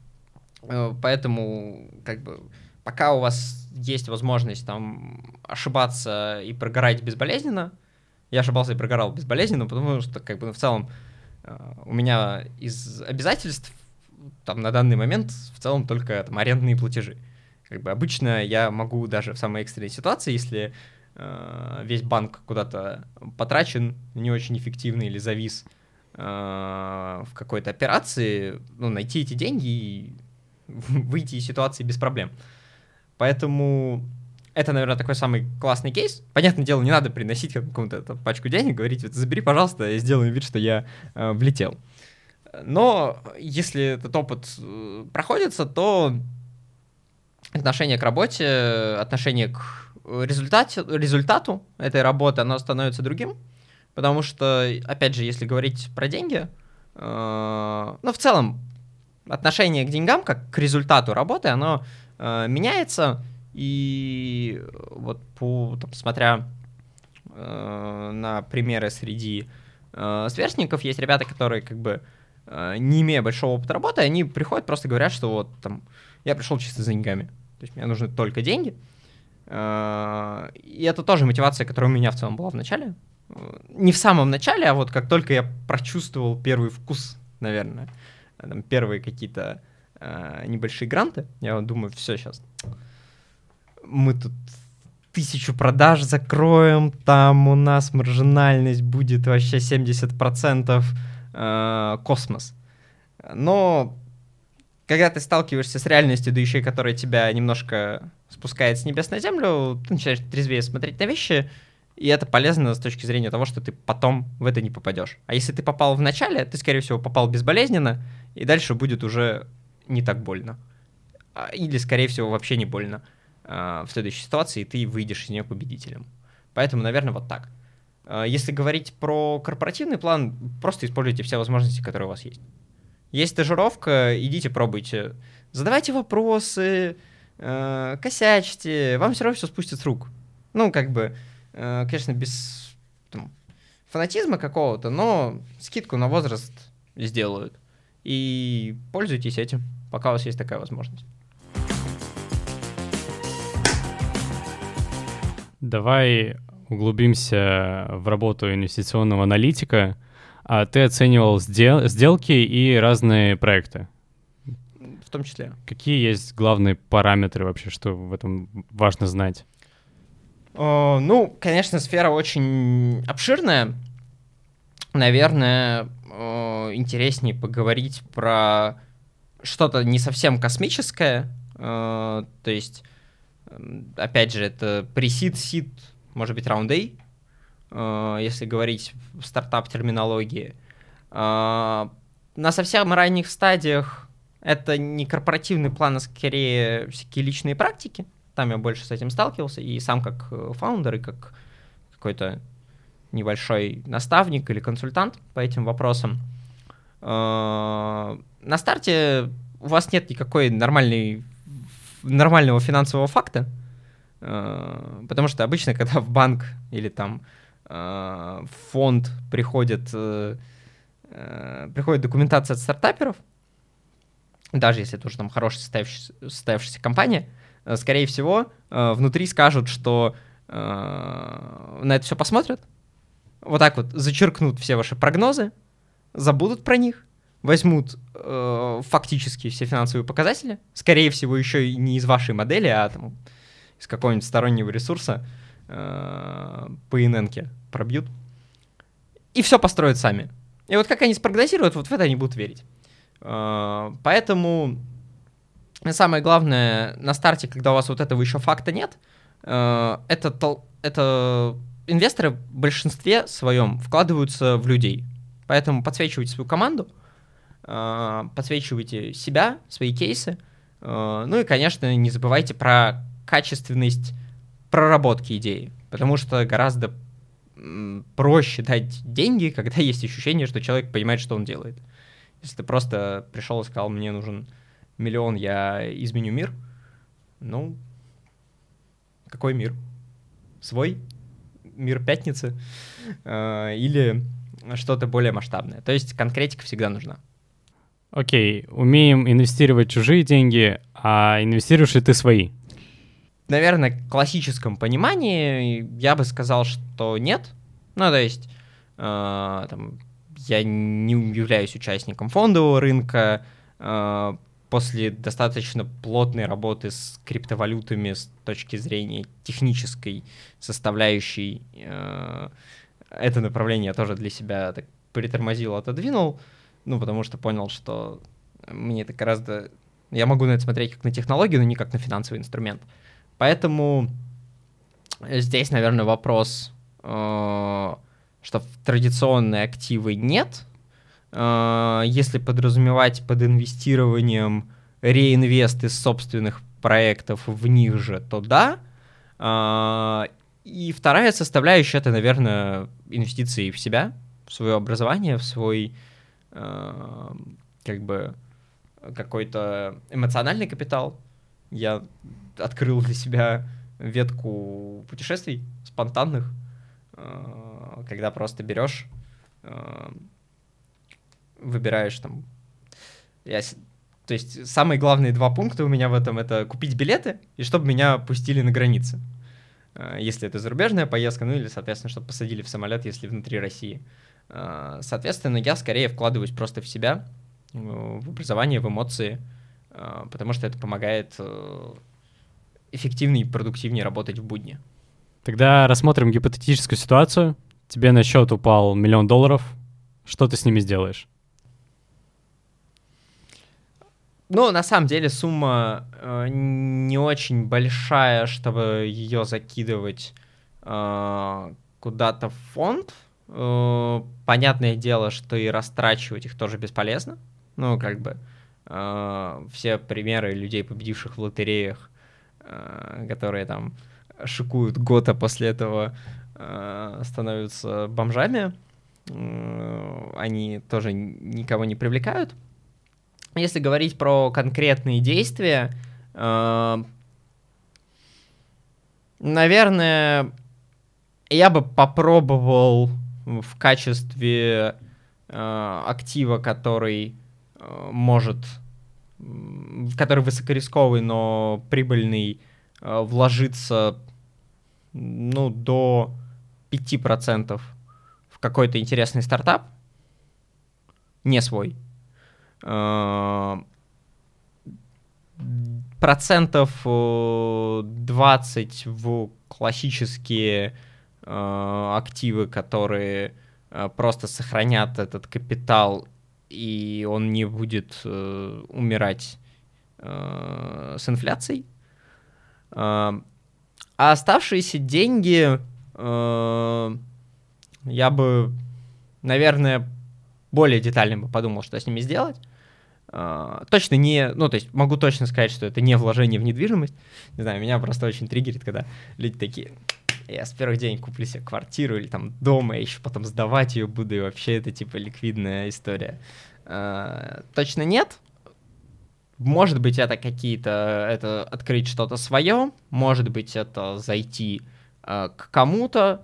Поэтому, пока у вас есть возможность там ошибаться и прогорать безболезненно, я ошибался и прогорал безболезненно, потому что, в целом, у меня из обязательств там на данный момент в целом только там арендные платежи. Обычно я могу даже в самой экстренной ситуации, если весь банк куда-то потрачен не очень эффективно или завис в какой-то операции, найти эти деньги и выйти из ситуации без проблем. Поэтому это, наверное, такой самый классный кейс. Понятное дело, не надо приносить какому-то пачку денег, говорить, забери, пожалуйста, и сделаем вид, что я влетел. Но если этот опыт проходится, то отношение к работе, отношение к результату этой работы, оно становится другим. Потому что, опять же, если говорить про деньги, в целом отношение к деньгам, как к результату работы, оно меняется. И вот смотря на примеры среди сверстников, есть ребята, которые не имея большого опыта работы, они приходят, просто говорят, что вот там я пришел чисто за деньгами. То есть мне нужны только деньги. И это тоже мотивация, которая у меня в целом была в начале. Не в самом начале, а вот как только я прочувствовал первый вкус, наверное, там первые какие-то небольшие гранты, я вот думаю, все, сейчас мы тут 1000 продаж закроем, там у нас маржинальность будет вообще 70%, космос. Но когда ты сталкиваешься с реальностью, да еще и которая тебя немножко спускает с небес на землю, ты начинаешь трезвее смотреть на вещи, и это полезно с точки зрения того, что ты потом в это не попадешь. А если ты попал в начале, ты, скорее всего, попал безболезненно, и дальше будет уже не так больно. Или, скорее всего, вообще не больно в следующей ситуации, и ты выйдешь из нее победителем. Поэтому, наверное, вот так. Если говорить про корпоративный план, просто используйте все возможности, которые у вас есть. Есть стажировка, идите, пробуйте. Задавайте вопросы, косячьте, вам все равно все спустят с рук. Конечно, без фанатизма какого-то, но скидку на возраст сделают. И пользуйтесь этим, пока у вас есть такая возможность. Давай углубимся в работу инвестиционного аналитика. Ты оценивал сделки и разные проекты. в том числе. Какие есть главные параметры вообще, что в этом важно знать? Ну, конечно, сфера очень обширная. Наверное, интереснее поговорить про что-то не совсем космическое. То есть, опять же, это pre-seed, seed, может быть, round A, если говорить в стартап-терминологии. На совсем ранних стадиях это не корпоративный план, а скорее всякие личные практики. Там я больше с этим сталкивался, и сам как фаундер, и как какой-то небольшой наставник или консультант по этим вопросам. На старте у вас нет никакой нормального финансового факта, потому что обычно, когда в банк или там в фонд приходит документация от стартаперов, даже если это уже там хорошая состоявшаяся компания, скорее всего, внутри скажут, что на это все посмотрят, вот так вот зачеркнут все ваши прогнозы, забудут про них, возьмут фактически все финансовые показатели, скорее всего, еще и не из вашей модели, а там, из какого-нибудь стороннего ресурса по иненке пробьют, и все построят сами. И вот как они спрогнозируют, вот в это они будут верить. Поэтому самое главное на старте, когда у вас вот этого еще факта нет, это инвесторы в большинстве своем вкладываются в людей. Поэтому подсвечивайте свою команду, подсвечивайте себя, свои кейсы. Ну и, конечно, не забывайте про качественность проработки идеи, потому что гораздо проще дать деньги, когда есть ощущение, что человек понимает, что он делает. Если ты просто пришел и сказал, мне нужен 1 миллион, я изменю мир, ну, какой мир? Свой? Мир пятницы? Или что-то более масштабное? То есть конкретика всегда нужна. Окей, умеем инвестировать чужие деньги, а инвестируешь ли ты свои? Наверное, в классическом понимании я бы сказал, что нет. Ну, то есть там, я не являюсь участником фондового рынка. После достаточно плотной работы с криптовалютами с точки зрения технической составляющей, это направление я тоже для себя так притормозил, отодвинул, ну, потому что понял, что мне это гораздо... Я могу на это смотреть как на технологию, но не как на финансовый инструмент. Поэтому здесь, наверное, вопрос, что в традиционные активы нет. Если подразумевать под инвестированием реинвест из собственных проектов в них же, то да. И вторая составляющая — это, наверное, инвестиции в себя, в свое образование, в свой как бы какой-то эмоциональный капитал. Я открыл для себя ветку путешествий спонтанных, когда просто берешь, выбираешь там... То есть самые главные 2 пункта у меня в этом — это купить билеты и чтобы меня пустили на границе. Если это зарубежная поездка, ну или, соответственно, чтобы посадили в самолет, если внутри России. Соответственно, я скорее вкладываюсь просто в себя, в образование, в эмоции, потому что это помогает эффективнее и продуктивнее работать в будни. Тогда рассмотрим гипотетическую ситуацию. Тебе на счет упал $1 миллион. Что ты с ними сделаешь? Ну, на самом деле, сумма не очень большая, чтобы ее закидывать куда-то в фонд. Понятное дело, что и растрачивать их тоже бесполезно. Ну, как бы все примеры людей, победивших в лотереях, которые там шикуют год, а после этого становятся бомжами, они тоже никого не привлекают. Если говорить про конкретные действия, наверное, я бы попробовал в качестве актива, который высокорисковый, но прибыльный, вложиться, ну, до 5% в какой-то интересный стартап, не свой. процентов 20 в классические активы, которые просто сохранят этот капитал, и он не будет умирать с инфляцией. А оставшиеся деньги я бы, наверное, более детально бы подумал, что с ними сделать. Точно не... Ну, то есть могу точно сказать, что это не вложение в недвижимость. Не знаю, меня просто очень триггерит, когда люди такие... Я с первых дней куплю себе квартиру или там дом, и еще потом сдавать ее буду, и вообще это типа ликвидная история. Точно нет. Может быть, это это открыть что-то свое, может быть, это зайти к кому-то,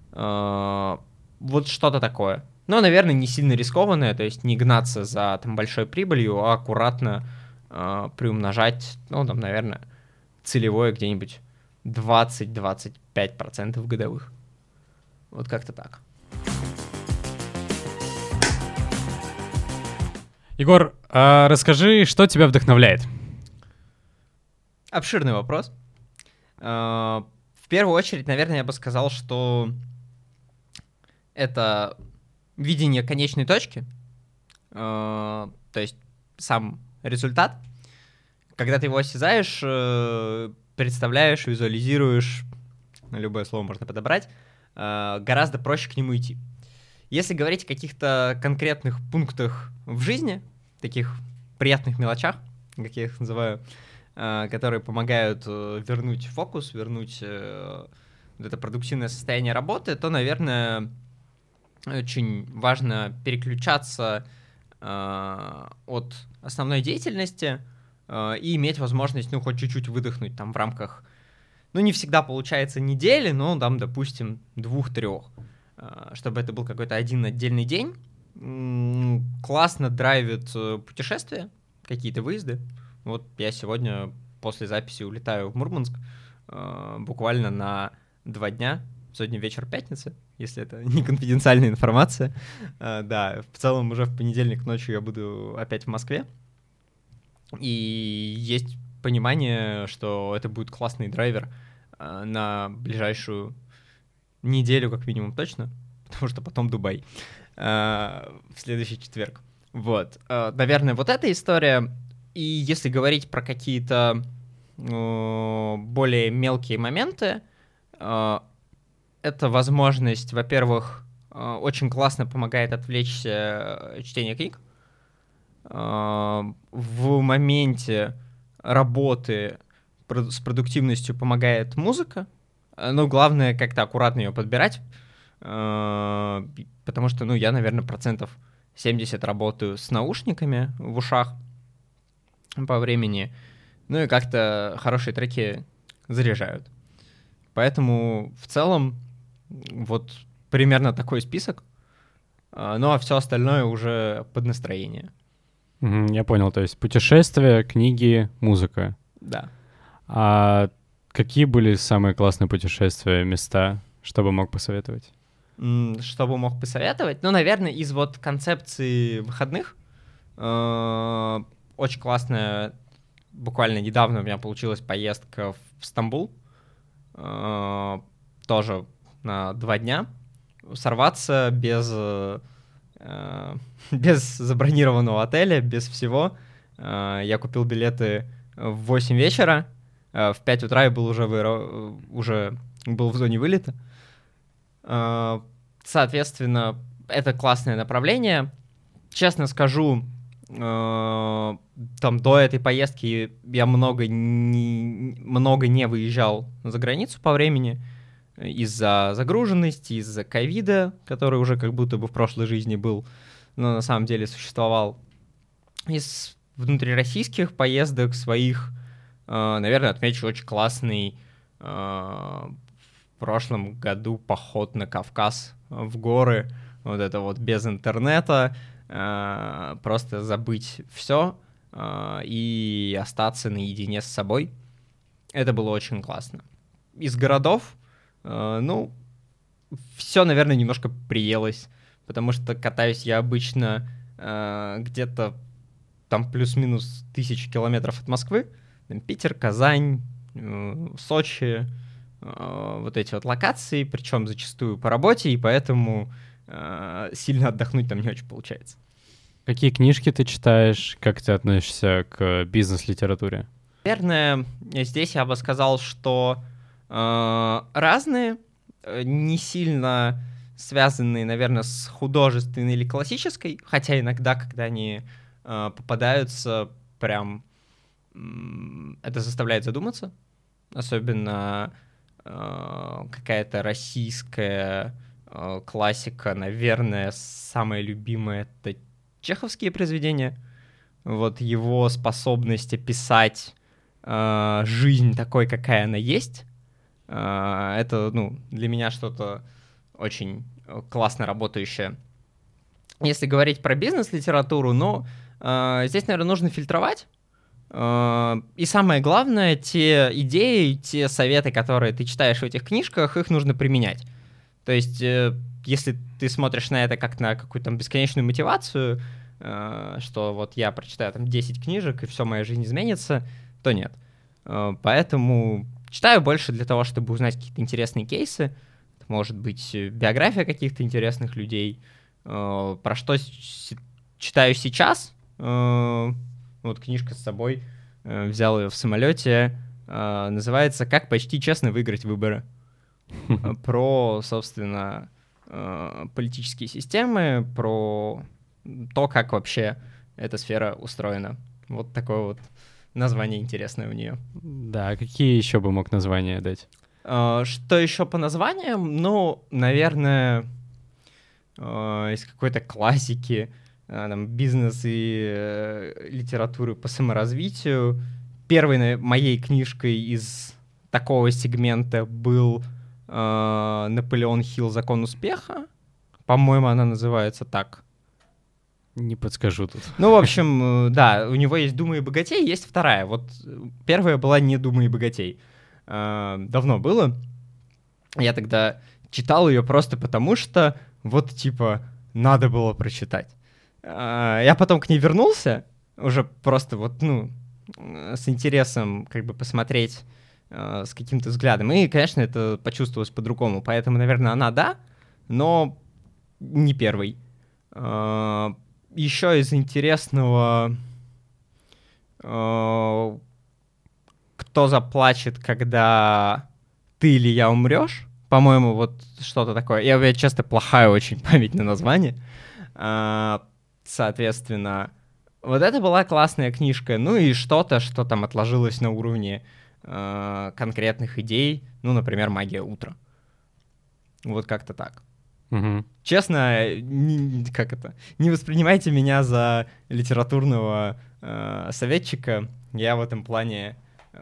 вот что-то такое. Но, наверное, не сильно рискованное, то есть не гнаться за там большой прибылью, а аккуратно приумножать, ну, там, наверное, целевое где-нибудь 20-25% годовых. Вот как-то так. Егор, расскажи, что тебя вдохновляет? Обширный вопрос. В первую очередь, наверное, я бы сказал, что это видение конечной точки, то есть сам результат. Когда ты его осязаешь, представляешь, визуализируешь, любое слово можно подобрать, гораздо проще к нему идти. Если говорить о каких-то конкретных пунктах в жизни, таких приятных мелочах, как я их называю, которые помогают вернуть фокус, вернуть это продуктивное состояние работы, то, наверное, очень важно переключаться от основной деятельности и иметь возможность, ну, хоть чуть-чуть выдохнуть там в рамках, ну, не всегда получается недели, но там, допустим, 2-3, чтобы это был какой-то один отдельный день. Классно драйвит путешествия, какие-то выезды. Вот я сегодня после записи улетаю в Мурманск буквально на 2 дня. Сегодня вечер пятницы, если это не конфиденциальная информация. Да, в целом уже в понедельник ночью я буду опять в Москве. И есть понимание, что это будет классный драйвер на ближайшую неделю, как минимум, точно, потому что потом Дубай в следующий четверг. Вот. Наверное, вот эта история. И если говорить про какие-то более мелкие моменты, это возможность, во-первых, очень классно помогает отвлечься чтение книг. В моменте работы с продуктивностью помогает музыка, но главное как-то аккуратно ее подбирать, потому что, ну, я, наверное, 70% работаю с наушниками в ушах по времени, ну и как-то хорошие треки заряжают. Поэтому в целом вот примерно такой список, ну а все остальное уже под настроение. Я понял, то есть путешествия, книги, музыка. Да. А какие были самые классные путешествия, места, что бы мог посоветовать? Что бы мог посоветовать? Ну, наверное, из вот концепции выходных очень классная, буквально недавно у меня получилась поездка в Стамбул, тоже на 2 дня, сорваться без забронированного отеля, без всего. Я купил билеты в 8 вечера, в 5 утра я был уже был в зоне вылета. Соответственно, это классное направление. Честно скажу, там до этой поездки я много не выезжал за границу по времени из-за загруженности, из-за ковида, который уже как будто бы в прошлой жизни был, но на самом деле существовал. Из внутрироссийских поездок своих, наверное, отмечу очень классный в прошлом году поход на Кавказ в горы, вот это вот без интернета, просто забыть все и остаться наедине с собой. Это было очень классно. Из городов, ну, все, наверное, немножко приелось, потому что катаюсь я обычно где-то там плюс-минус 1000 километров от Москвы, Питер, Казань, Сочи, вот эти вот локации, причем зачастую по работе, и поэтому сильно отдохнуть там не очень получается. Какие книжки ты читаешь? Как ты относишься к бизнес-литературе? Наверное, здесь я бы сказал, что разные, не сильно связанные, наверное, с художественной или классической, хотя иногда, когда они попадаются, прям это заставляет задуматься, особенно какая-то российская классика, наверное, самое любимое — это чеховские произведения. Вот его способность описать жизнь такой, какая она есть, это, для меня что-то очень классно работающее. Если говорить про бизнес-литературу, здесь, наверное, нужно фильтровать. И самое главное, те идеи, те советы, которые ты читаешь в этих книжках, их нужно применять. То есть, если ты смотришь на это как на какую-то бесконечную мотивацию, что вот я прочитаю 10 книжек, и все, моя жизнь изменится, то нет. Поэтому читаю больше для того, чтобы узнать какие-то интересные кейсы. Это может быть биография каких-то интересных людей. Про что читаю сейчас. Вот книжка с собой, взял ее в самолете. Называется «Как почти честно выиграть выборы». Про, собственно, политические системы, про то, как вообще эта сфера устроена. Вот такое вот название интересное у нее. Да, какие еще бы мог названия дать? Что еще по названиям? Наверное, из какой-то классики, бизнес и литературы по саморазвитию. Первой моей книжкой из такого сегмента был Наполеон Хилл «Закон успеха». По-моему, она называется так. Не подскажу тут. В общем, да, у него есть «Думай и богатей», есть вторая. Вот первая была не «Думай и богатей». Давно было. Я тогда читал ее просто потому, что надо было прочитать. Я потом к ней вернулся, уже просто с интересом посмотреть, с каким-то взглядом. И, конечно, это почувствовалось по-другому. Поэтому, наверное, она да, но не первый. Еще из интересного, «Кто заплачет, когда ты или я умрешь», по-моему, вот что-то такое. У меня часто плохая очень память на название. Соответственно, вот это была классная книжка. И что-то, что там отложилось на уровне конкретных идей. Например, «Магия утра». Вот как-то так. Угу. Честно, не воспринимайте меня за литературного советчика. Я в этом плане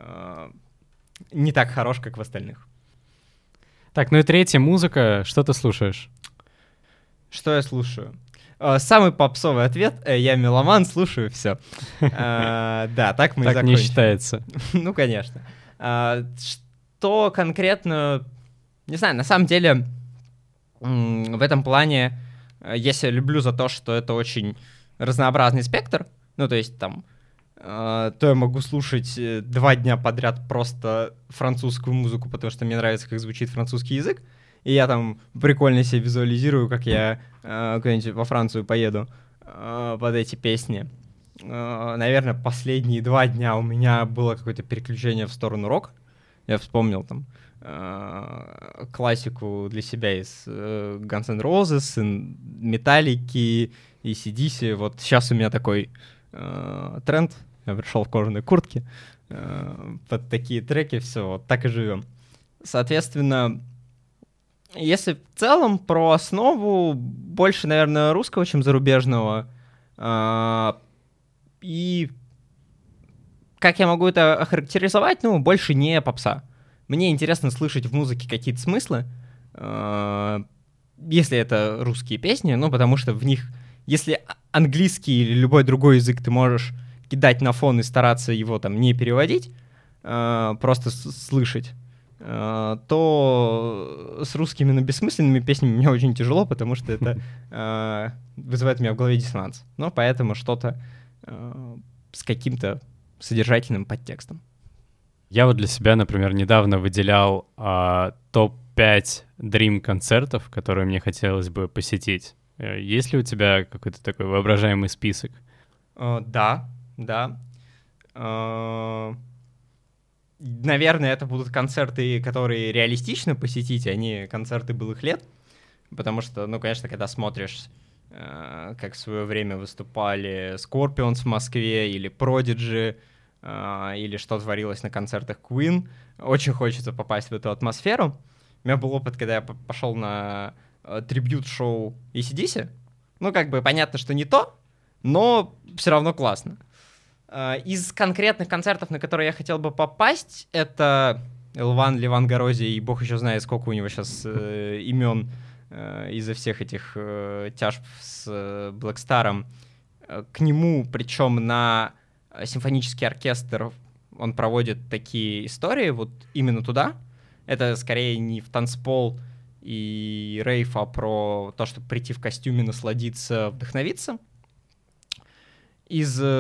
не так хорош, как в остальных. Так, и третья музыка. Что ты слушаешь? Что я слушаю? Самый попсовый ответ. Я меломан, слушаю все. Да, так мы и закончим. Так не считается. Конечно. Что конкретно... Не знаю, на самом деле... В этом плане я себя люблю за то, что это очень разнообразный спектр. То есть то я могу слушать 2 дня подряд просто французскую музыку, потому что мне нравится, как звучит французский язык. И я прикольно себе визуализирую, как я куда-нибудь во Францию поеду под эти песни. Наверное, последние 2 дня у меня было какое-то переключение в сторону рок. Я вспомнил классику для себя из Guns N' Roses, Metallica, AC/DC. Вот сейчас у меня такой тренд. Я пришел в кожаной куртке под такие треки. Все, вот так и живем. Соответственно, если в целом про основу, больше, наверное, русского, чем зарубежного. И как я могу это охарактеризовать? Больше не попса. Мне интересно слышать в музыке какие-то смыслы, если это русские песни, потому что в них, если английский или любой другой язык ты можешь кидать на фон и стараться его не переводить, просто слышать, то с русскими, бессмысленными песнями мне очень тяжело, потому что это вызывает у меня в голове диссонанс. Поэтому что-то с каким-то содержательным подтекстом. Я вот для себя, например, недавно выделял топ-5 Dream-концертов, которые мне хотелось бы посетить. Есть ли у тебя какой-то такой воображаемый список? Да, да. Наверное, это будут концерты, которые реалистично посетить, а не концерты былых лет. Потому что, ну, конечно, когда смотришь, как в свое время выступали Scorpions в Москве или Prodigy, или что творилось на концертах Queen, очень хочется попасть в эту атмосферу. У меня был опыт, когда я пошел на трибьют-шоу AC/DC. Ну, как бы понятно, что не то, но все равно классно. Из конкретных концертов, на которые я хотел бы попасть, это Элван, Леван Горозия, и бог еще знает, сколько у него сейчас имен из-за всех этих тяжб с Блэкстаром. К нему, причем на симфонический оркестр, он проводит такие истории, вот именно туда. Это скорее не в танцпол и рейв, а про то, чтобы прийти в костюме, насладиться, вдохновиться. Из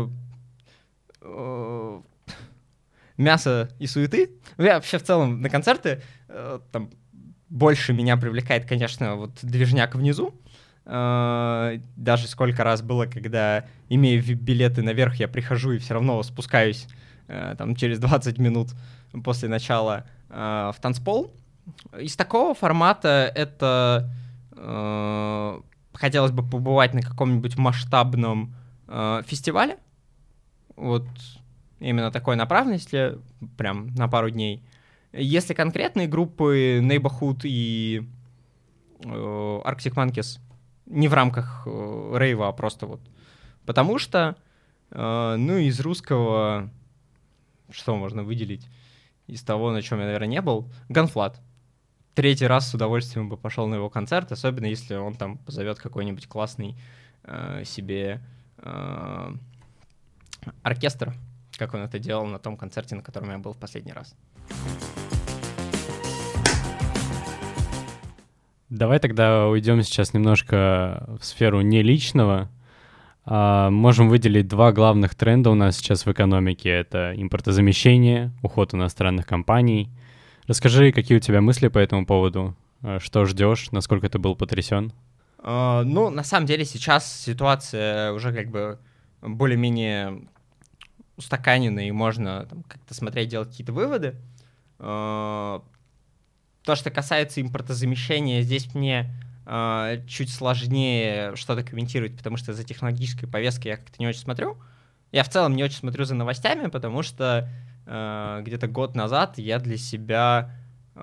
мяса и суеты. Я вообще в целом на концерты там больше меня привлекает, конечно, вот движняк внизу. Даже сколько раз было, когда, имея билеты наверх, я прихожу и все равно спускаюсь там через 20 минут после начала в танцпол. Из такого формата это хотелось бы побывать на каком-нибудь масштабном фестивале. Вот именно такой направленности, прям на пару дней. Если конкретные группы Neighborhood и Arctic Monkeys не в рамках рейва, а просто вот. Потому что, ну, из русского, что можно выделить? Из того, на чем я, наверное, не был. Ганфлат. Третий раз с удовольствием бы пошел на его концерт, особенно если он там позовет какой-нибудь классный себе оркестр, как он это делал на том концерте, на котором я был в последний раз. Давай тогда уйдем сейчас немножко в сферу не личного. Можем выделить два главных тренда у нас сейчас в экономике. Это импортозамещение, уход иностранных компаний. Расскажи, какие у тебя мысли по этому поводу? Что ждешь? Насколько ты был потрясен? Ну, на самом деле сейчас ситуация уже как бы более-менее устаканена, и можно там как-то смотреть, делать какие-то выводы. То, что касается импортозамещения, здесь мне чуть сложнее что-то комментировать, потому что за технологической повесткой я как-то не очень смотрю. Я в целом не очень смотрю за новостями, потому что где-то год назад я для себя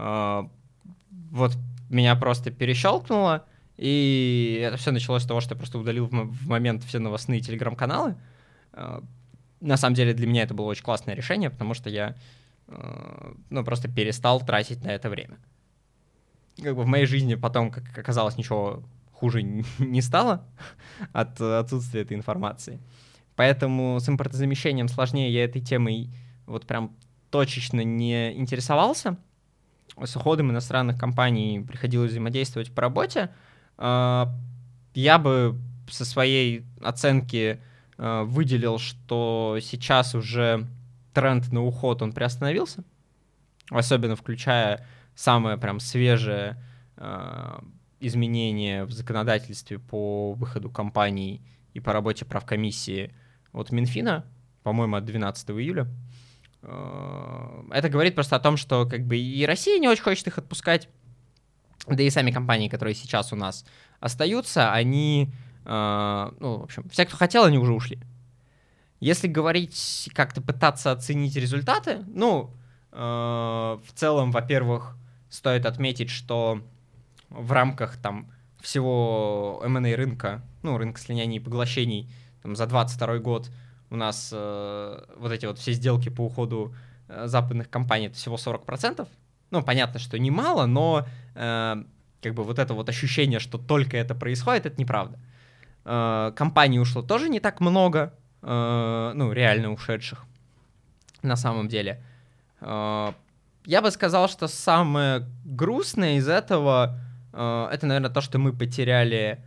вот меня просто перещелкнуло, и это все началось с того, что я просто удалил в момент все новостные телеграм-каналы. На самом деле для меня это было очень классное решение, потому что я просто перестал тратить на это время. Как бы в моей жизни потом, как оказалось, ничего хуже не стало от отсутствия этой информации. Поэтому с импортозамещением сложнее, я этой темой вот прям точечно не интересовался. С уходом иностранных компаний приходилось взаимодействовать по работе. Я бы со своей оценки выделил, что сейчас уже тренд на уход, он приостановился, особенно включая самое прям свежее изменение в законодательстве по выходу компаний и по работе правкомиссии от Минфина, по-моему, от 12 июля. Это говорит просто о том, что как бы и Россия не очень хочет их отпускать, да и сами компании, которые сейчас у нас остаются, они, в общем, все, кто хотел, они уже ушли. Если говорить, как-то пытаться оценить результаты, в целом, во-первых, стоит отметить, что в рамках там всего M&A рынка, рынка слияний и поглощений, там, за 2022 год у нас вот эти вот все сделки по уходу западных компаний, это всего 40%. Понятно, что немало, но как бы вот это вот ощущение, что только это происходит, это неправда. Компаний ушло тоже не так много, реально ушедших на самом деле. Я бы сказал, что самое грустное из этого, это, наверное, то, что мы потеряли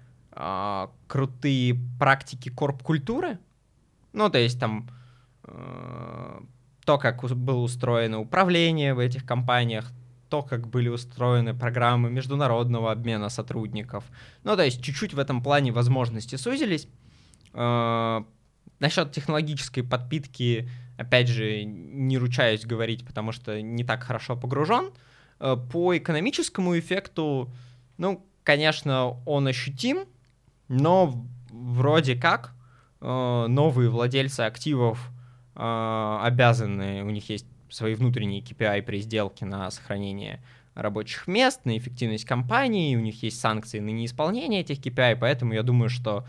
крутые практики корп-культуры. То есть там то, то, как было устроено управление в этих компаниях, то, как были устроены программы международного обмена сотрудников. Ну, то есть чуть-чуть в этом плане возможности сузились. Насчет технологической подпитки, опять же, не ручаюсь говорить, потому что не так хорошо погружен. По экономическому эффекту, ну, конечно, он ощутим, но вроде как новые владельцы активов обязаны, у них есть свои внутренние KPI при сделке на сохранение рабочих мест, на эффективность компании, у них есть санкции на неисполнение этих KPI, поэтому я думаю, что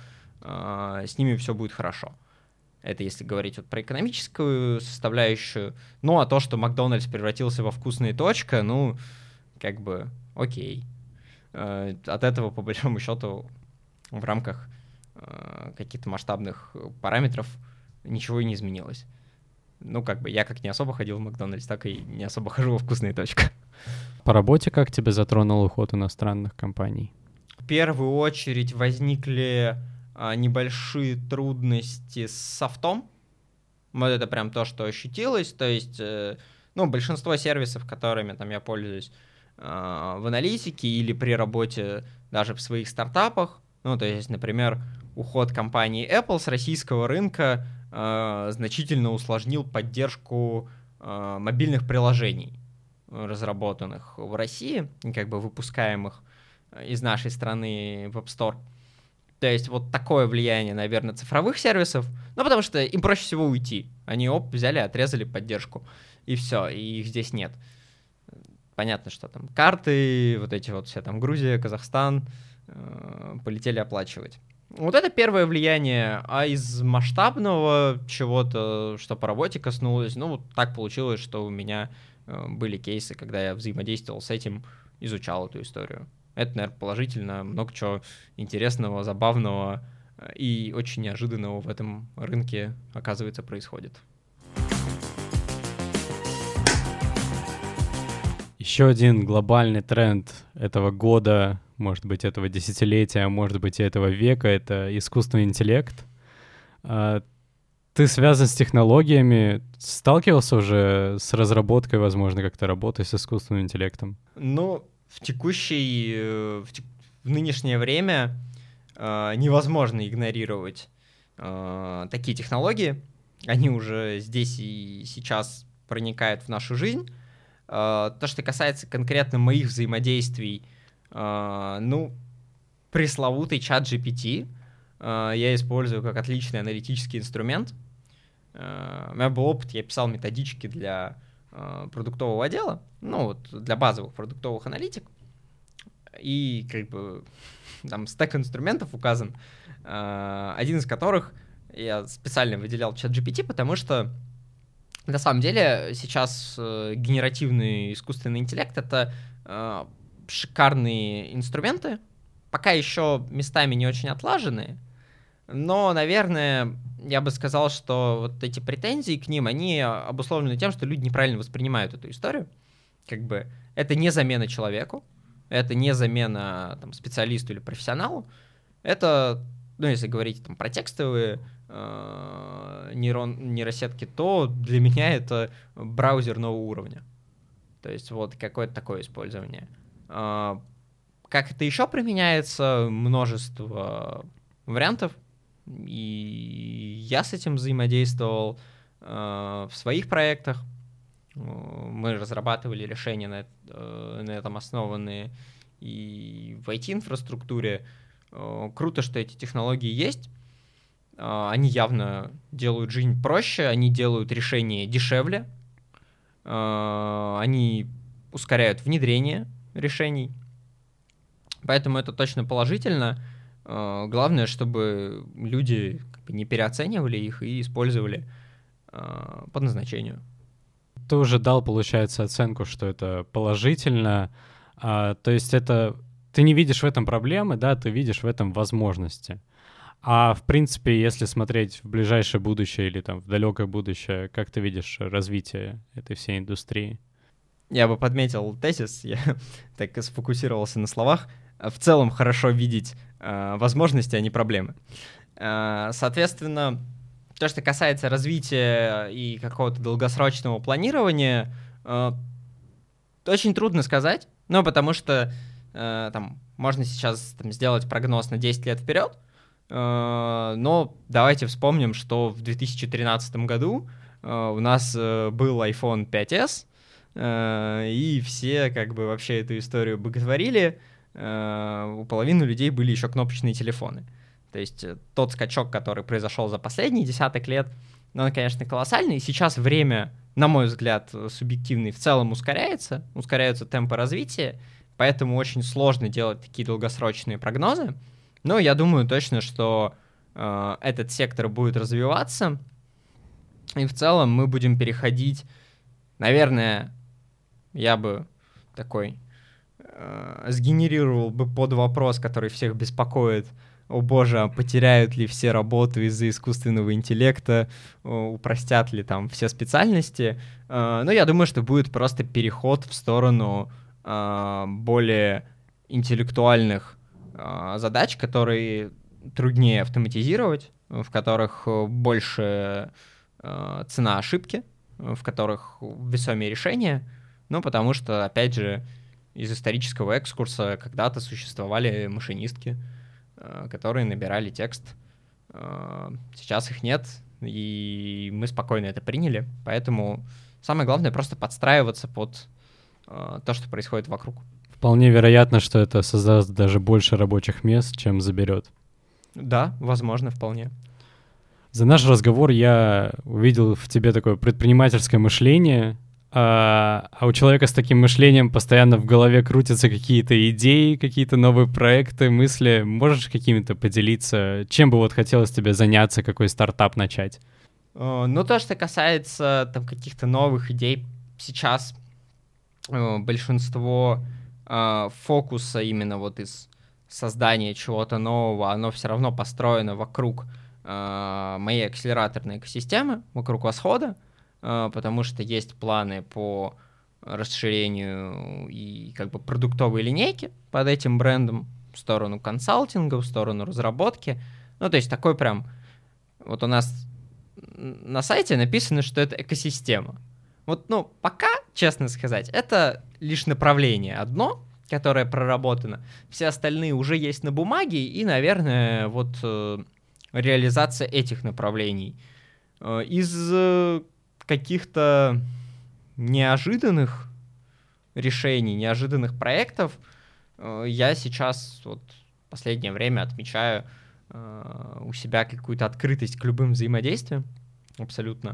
с ними все будет хорошо. Это если говорить вот про экономическую составляющую. Ну, а то, что Макдональдс превратился во вкусная точка, ну, как бы, окей. От этого, по большому счету, в рамках каких-то масштабных параметров ничего и не изменилось. Ну, как бы, я как не особо ходил в Макдональдс, так и не особо хожу во вкусная точка. По работе как тебя затронул уход иностранных компаний? В первую очередь возникли небольшие трудности с софтом. Вот это прям то, что ощутилось. То есть, ну, большинство сервисов, которыми там я пользуюсь в аналитике или при работе даже в своих стартапах, ну, то есть, например, уход компании Apple с российского рынка значительно усложнил поддержку мобильных приложений, разработанных в России, как бы выпускаемых из нашей страны в App Store. То есть вот такое влияние, наверное, цифровых сервисов, ну, потому что им проще всего уйти. Они, взяли, отрезали поддержку, и все, и их здесь нет. Понятно, что там карты, вот эти вот все там Грузия, Казахстан полетели оплачивать. Вот это первое влияние, а из масштабного чего-то, что по работе коснулось, ну, вот так получилось, что у меня были кейсы, когда я взаимодействовал с этим, изучал эту историю. Это, наверное, положительно, много чего интересного, забавного и очень неожиданного в этом рынке, оказывается, происходит. Еще один глобальный тренд этого года, может быть, этого десятилетия, может быть, и этого века — это искусственный интеллект. Ты связан с технологиями, сталкивался уже с разработкой, возможно, как-то работой с искусственным интеллектом? Ну, в нынешнее время невозможно игнорировать такие технологии. Они уже здесь и сейчас проникают в нашу жизнь. То, что касается конкретно моих взаимодействий, ну, пресловутый чат GPT я использую как отличный аналитический инструмент. У меня был опыт, я писал методички для продуктового отдела, ну, вот для базовых продуктовых аналитик, и как бы там стек инструментов указан, один из которых я специально выделял чат GPT, потому что на самом деле сейчас генеративный искусственный интеллект — это шикарные инструменты, пока еще местами не очень отлаженные, но, наверное, я бы сказал, что вот эти претензии к ним, они обусловлены тем, что люди неправильно воспринимают эту историю. Как бы это не замена человеку, это не замена там специалисту или профессионалу. Это, ну, если говорить там про текстовые нейросетки, то для меня это браузер нового уровня. То есть вот какое-то такое использование. Как это еще применяется? Множество вариантов. И я с этим взаимодействовал в своих проектах. Мы разрабатывали решения на этом основанные и в IT-инфраструктуре. Круто, что эти технологии есть. Они явно делают жизнь проще, они делают решения дешевле, они ускоряют внедрение решений. Поэтому это точно положительно. Главное, чтобы люди как бы не переоценивали их и использовали по назначению. Ты уже дал, получается, оценку, что это положительно. То есть это ты не видишь в этом проблемы, да, ты видишь в этом возможности. А в принципе, если смотреть в ближайшее будущее или там в далекое будущее, как ты видишь развитие этой всей индустрии? Я бы подметил тезис, я так и сфокусировался на словах. В целом хорошо видеть возможности, а не проблемы. Соответственно, то, что касается развития и какого-то долгосрочного планирования, очень трудно сказать, ну, потому что там можно сейчас сделать прогноз на 10 лет вперед, но давайте вспомним, что в 2013 году у нас был iPhone 5s, и все как бы вообще эту историю боготворили, у половины людей были еще кнопочные телефоны. То есть тот скачок, который произошел за последние десяток лет, он, конечно, колоссальный. И сейчас время, на мой взгляд, субъективный, в целом ускоряются темпы развития, поэтому очень сложно делать такие долгосрочные прогнозы. Но я думаю точно, что этот сектор будет развиваться, и в целом мы будем переходить, наверное, я бы такой сгенерировал бы под вопрос, который всех беспокоит: о боже, а потеряют ли все работу из-за искусственного интеллекта, упростят ли там все специальности. Но я думаю, что будет просто переход в сторону более интеллектуальных задач, которые труднее автоматизировать, в которых больше цена ошибки, в которых весомее решения. Ну, потому что, опять же, из исторического экскурса когда-то существовали машинистки, которые набирали текст. Сейчас их нет, и мы спокойно это приняли. Поэтому самое главное просто подстраиваться под то, что происходит вокруг. Вполне вероятно, что это создаст даже больше рабочих мест, чем заберет. Да, возможно, вполне. За наш разговор я увидел в тебе такое предпринимательское мышление, а у человека с таким мышлением постоянно в голове крутятся какие-то идеи, какие-то новые проекты, мысли. Можешь какими-то поделиться? Чем бы вот хотелось тебе заняться, какой стартап начать? Ну, то, что касается там каких-то новых идей, сейчас большинство фокуса именно вот из создания чего-то нового, оно все равно построено вокруг моей акселераторной экосистемы, вокруг Восхода, потому что есть планы по расширению и как бы продуктовой линейки под этим брендом в сторону консалтинга, в сторону разработки. Ну, то есть такой прям... Вот у нас на сайте написано, что это экосистема. Вот, ну, пока, честно сказать, это лишь направление одно, которое проработано. Все остальные уже есть на бумаге, и, наверное, вот реализация этих направлений. Из каких-то неожиданных решений, неожиданных проектов я сейчас вот в последнее время отмечаю у себя какую-то открытость к любым взаимодействиям, абсолютно.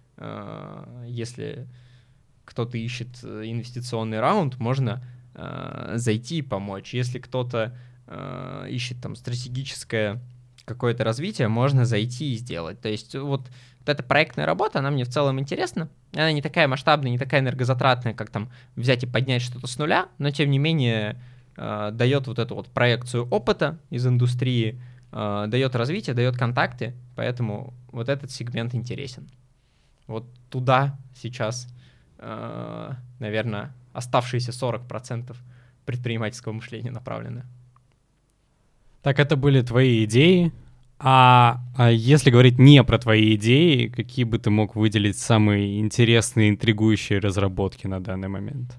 Если кто-то ищет инвестиционный раунд, можно зайти и помочь. Если кто-то ищет там стратегическое какое-то развитие, можно зайти и сделать. То есть вот эта проектная работа, она мне в целом интересна. Она не такая масштабная, не такая энергозатратная, как там взять и поднять что-то с нуля, но тем не менее дает вот эту вот проекцию опыта из индустрии, дает развитие, дает контакты, поэтому вот этот сегмент интересен. Вот туда сейчас, наверное, оставшиеся 40% предпринимательского мышления направлены. Так, это были твои идеи. А если говорить не про твои идеи, какие бы ты мог выделить самые интересные, интригующие разработки на данный момент?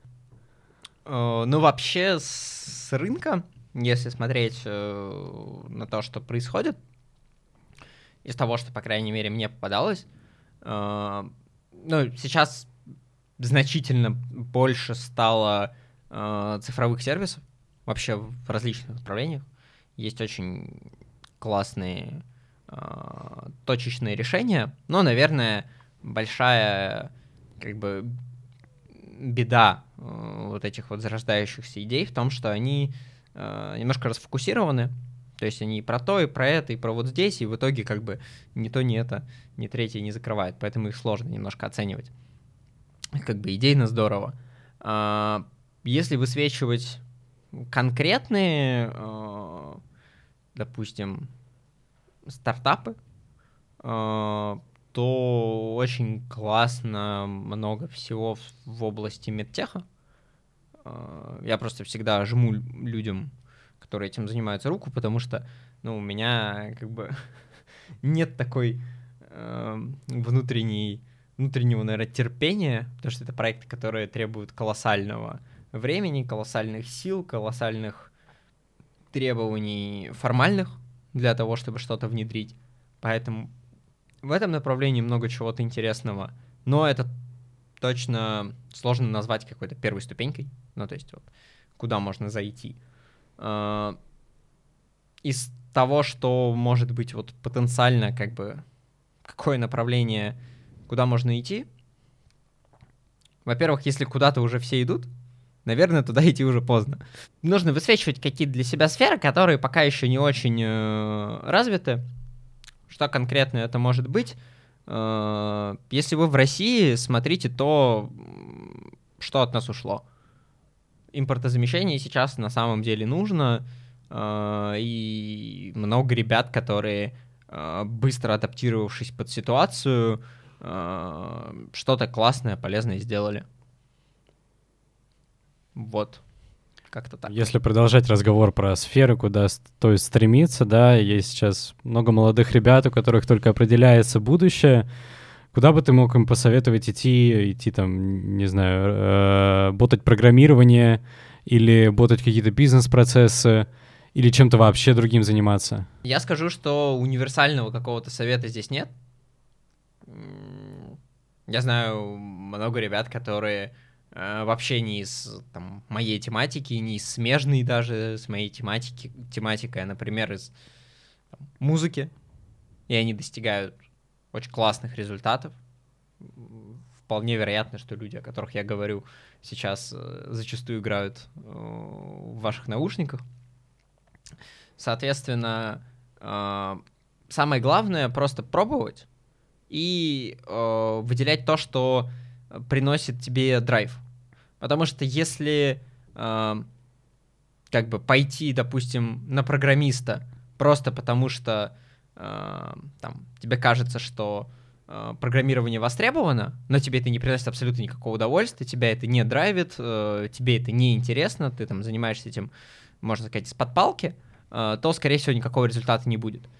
Ну, вообще, с рынка, если смотреть на то, что происходит, из того, что, по крайней мере, мне попадалось, ну, сейчас значительно больше стало цифровых сервисов вообще в различных направлениях. Есть очень классные точечные решения, но, наверное, большая как бы беда вот этих вот зарождающихся идей в том, что они немножко расфокусированы, то есть они и про то, и про это, и про вот здесь, и в итоге как бы ни то, ни это, ни третье не закрывает, поэтому их сложно немножко оценивать. Как бы идейно здорово. Если высвечивать конкретные, допустим, стартапы, то очень классно много всего в области медтеха. Я просто всегда жму людям, которые этим занимаются, руку, потому что, ну, у меня как бы нет такой внутреннего, наверное, терпения, потому что это проекты, которые требуют колоссального времени, колоссальных сил, колоссальных требований формальных для того, чтобы что-то внедрить. Поэтому в этом направлении много чего-то интересного, но это точно сложно назвать какой-то первой ступенькой, ну, то есть вот, куда можно зайти. Из того, что может быть вот потенциально, как бы, какое направление, куда можно идти, во-первых, если куда-то уже все идут, наверное, туда идти уже поздно. Нужно высвечивать какие-то для себя сферы, которые пока еще не очень развиты. Что конкретно это может быть? Если вы в России, смотрите то, что от нас ушло. Импортозамещение сейчас на самом деле нужно, и много ребят, которые, быстро адаптировавшись под ситуацию, что-то классное, полезное сделали. Вот. Как-то так. Если продолжать разговор про сферы, куда стоит стремиться, да, есть сейчас много молодых ребят, у которых только определяется будущее. Куда бы ты мог им посоветовать идти там, не знаю, ботать программирование или ботать какие-то бизнес-процессы или чем-то вообще другим заниматься? Я скажу, что универсального какого-то совета здесь нет. Я знаю много ребят, которые вообще не из там, моей тематики, не из смежной даже с моей тематикой, а, например, из музыки, и они достигают очень классных результатов. Вполне вероятно, что люди, о которых я говорю, сейчас зачастую играют в ваших наушниках. Соответственно, самое главное — просто пробовать и выделять то, что приносит тебе драйв. Потому что если как бы пойти, допустим, на программиста просто потому, что там, тебе кажется, что программирование востребовано, но тебе это не приносит абсолютно никакого удовольствия, тебя это не драйвит, тебе это не интересно, ты там занимаешься этим, можно сказать, из-под палки, то, скорее всего, никакого результата не будет.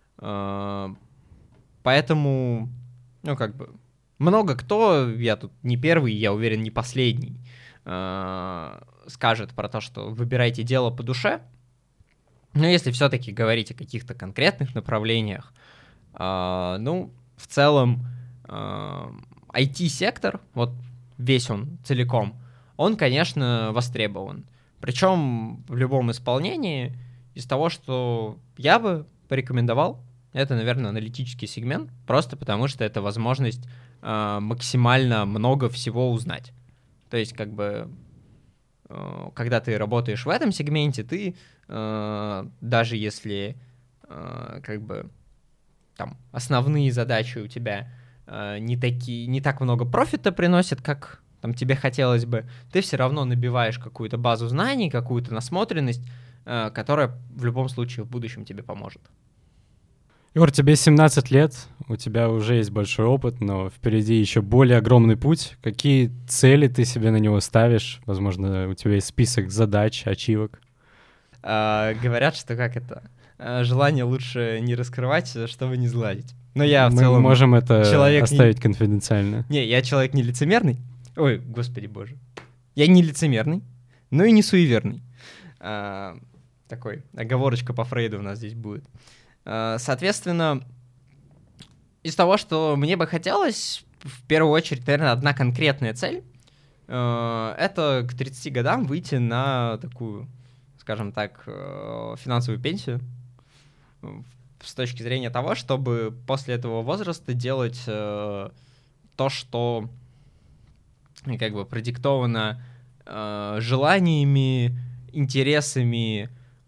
Поэтому, ну, как бы, много кто, я тут не первый, я уверен, не последний, скажет про то, что выбирайте дело по душе. Но если все-таки говорить о каких-то конкретных направлениях, ну, в целом, IT-сектор, вот весь он целиком, он, конечно, востребован. Причем в любом исполнении. Из того, что я бы порекомендовал, это, наверное, аналитический сегмент, просто потому что это возможность максимально много всего узнать. То есть, как бы, когда ты работаешь в этом сегменте, ты, даже если, как бы, там, основные задачи у тебя не так много профита приносят, как там тебе хотелось бы, ты все равно набиваешь какую-то базу знаний, какую-то насмотренность, которая в любом случае в будущем тебе поможет. Егор, тебе 17 лет, у тебя уже есть большой опыт, но впереди еще более огромный путь. Какие цели ты себе на него ставишь? Возможно, у тебя есть список задач, ачивок? Говорят, что как это... Желание лучше не раскрывать, чтобы не сладить. Но я в целом... Мы можем это оставить конфиденциально. Не, я человек не лицемерный. Ой, господи боже. Я не лицемерный, но и не суеверный. Такой оговорочка по Фрейду у нас здесь будет. Соответственно, из того, что мне бы хотелось, в первую очередь, наверное, одна конкретная цель, это к 30 годам выйти на такую, скажем так, финансовую пенсию, с точки зрения того, чтобы после этого возраста делать то, что как бы продиктовано желаниями, интересами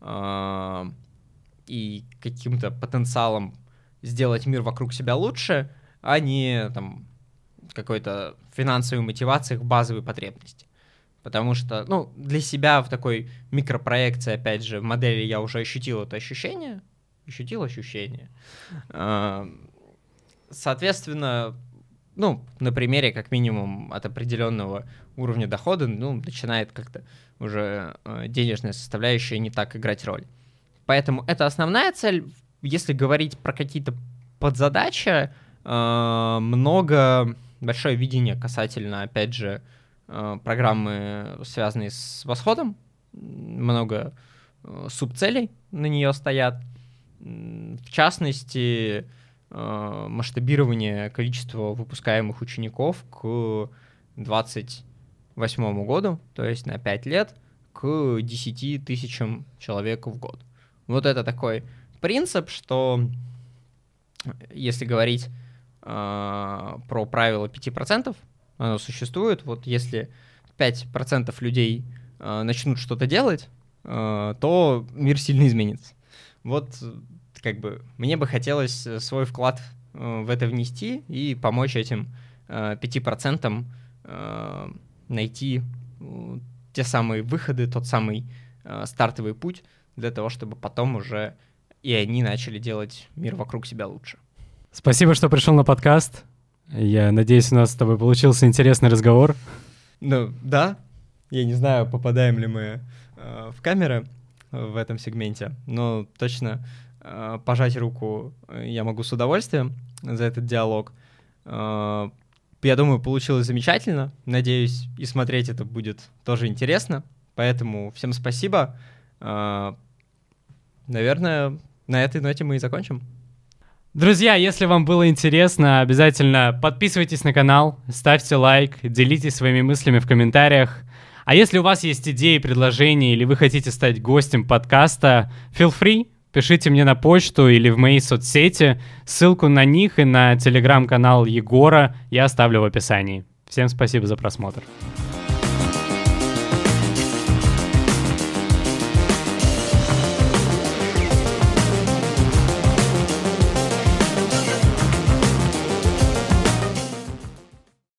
и каким-то потенциалом сделать мир вокруг себя лучше, а не там какой-то финансовой мотивации к базовой потребности. Потому что, ну, для себя в такой микропроекции, опять же, в модели я уже ощутил это ощущение. Соответственно, ну, на примере, как минимум, от определенного уровня дохода, ну, начинает как-то уже денежная составляющая не так играть роль. Поэтому это основная цель. Если говорить про какие-то подзадачи, большое видение касательно, опять же, программы, связанные с восходом, много субцелей на нее стоят, в частности, масштабирование количества выпускаемых учеников к 2028 году, то есть на 5 лет, к 10 тысячам человек в год. Вот это такой принцип, что если говорить про правило 5%, оно существует. Вот если 5% людей начнут что-то делать, то мир сильно изменится. Вот как бы мне бы хотелось свой вклад в это внести и помочь этим 5% найти те самые выходы, тот самый стартовый путь для того, чтобы потом уже и они начали делать мир вокруг себя лучше. Спасибо, что пришел на подкаст. Я надеюсь, у нас с тобой получился интересный разговор. Ну, да. Я не знаю, попадаем ли мы в камеры в этом сегменте, но точно пожать руку я могу с удовольствием за этот диалог. Я думаю, получилось замечательно. Надеюсь, и смотреть это будет тоже интересно. Поэтому всем спасибо. Наверное, на этой ноте мы и закончим. Друзья, если вам было интересно, обязательно подписывайтесь на канал, ставьте лайк, делитесь своими мыслями в комментариях. А если у вас есть идеи, предложения или вы хотите стать гостем подкаста, feel free, пишите мне на почту или в мои соцсети. Ссылку на них и на телеграм-канал Егора я оставлю в описании. Всем спасибо за просмотр.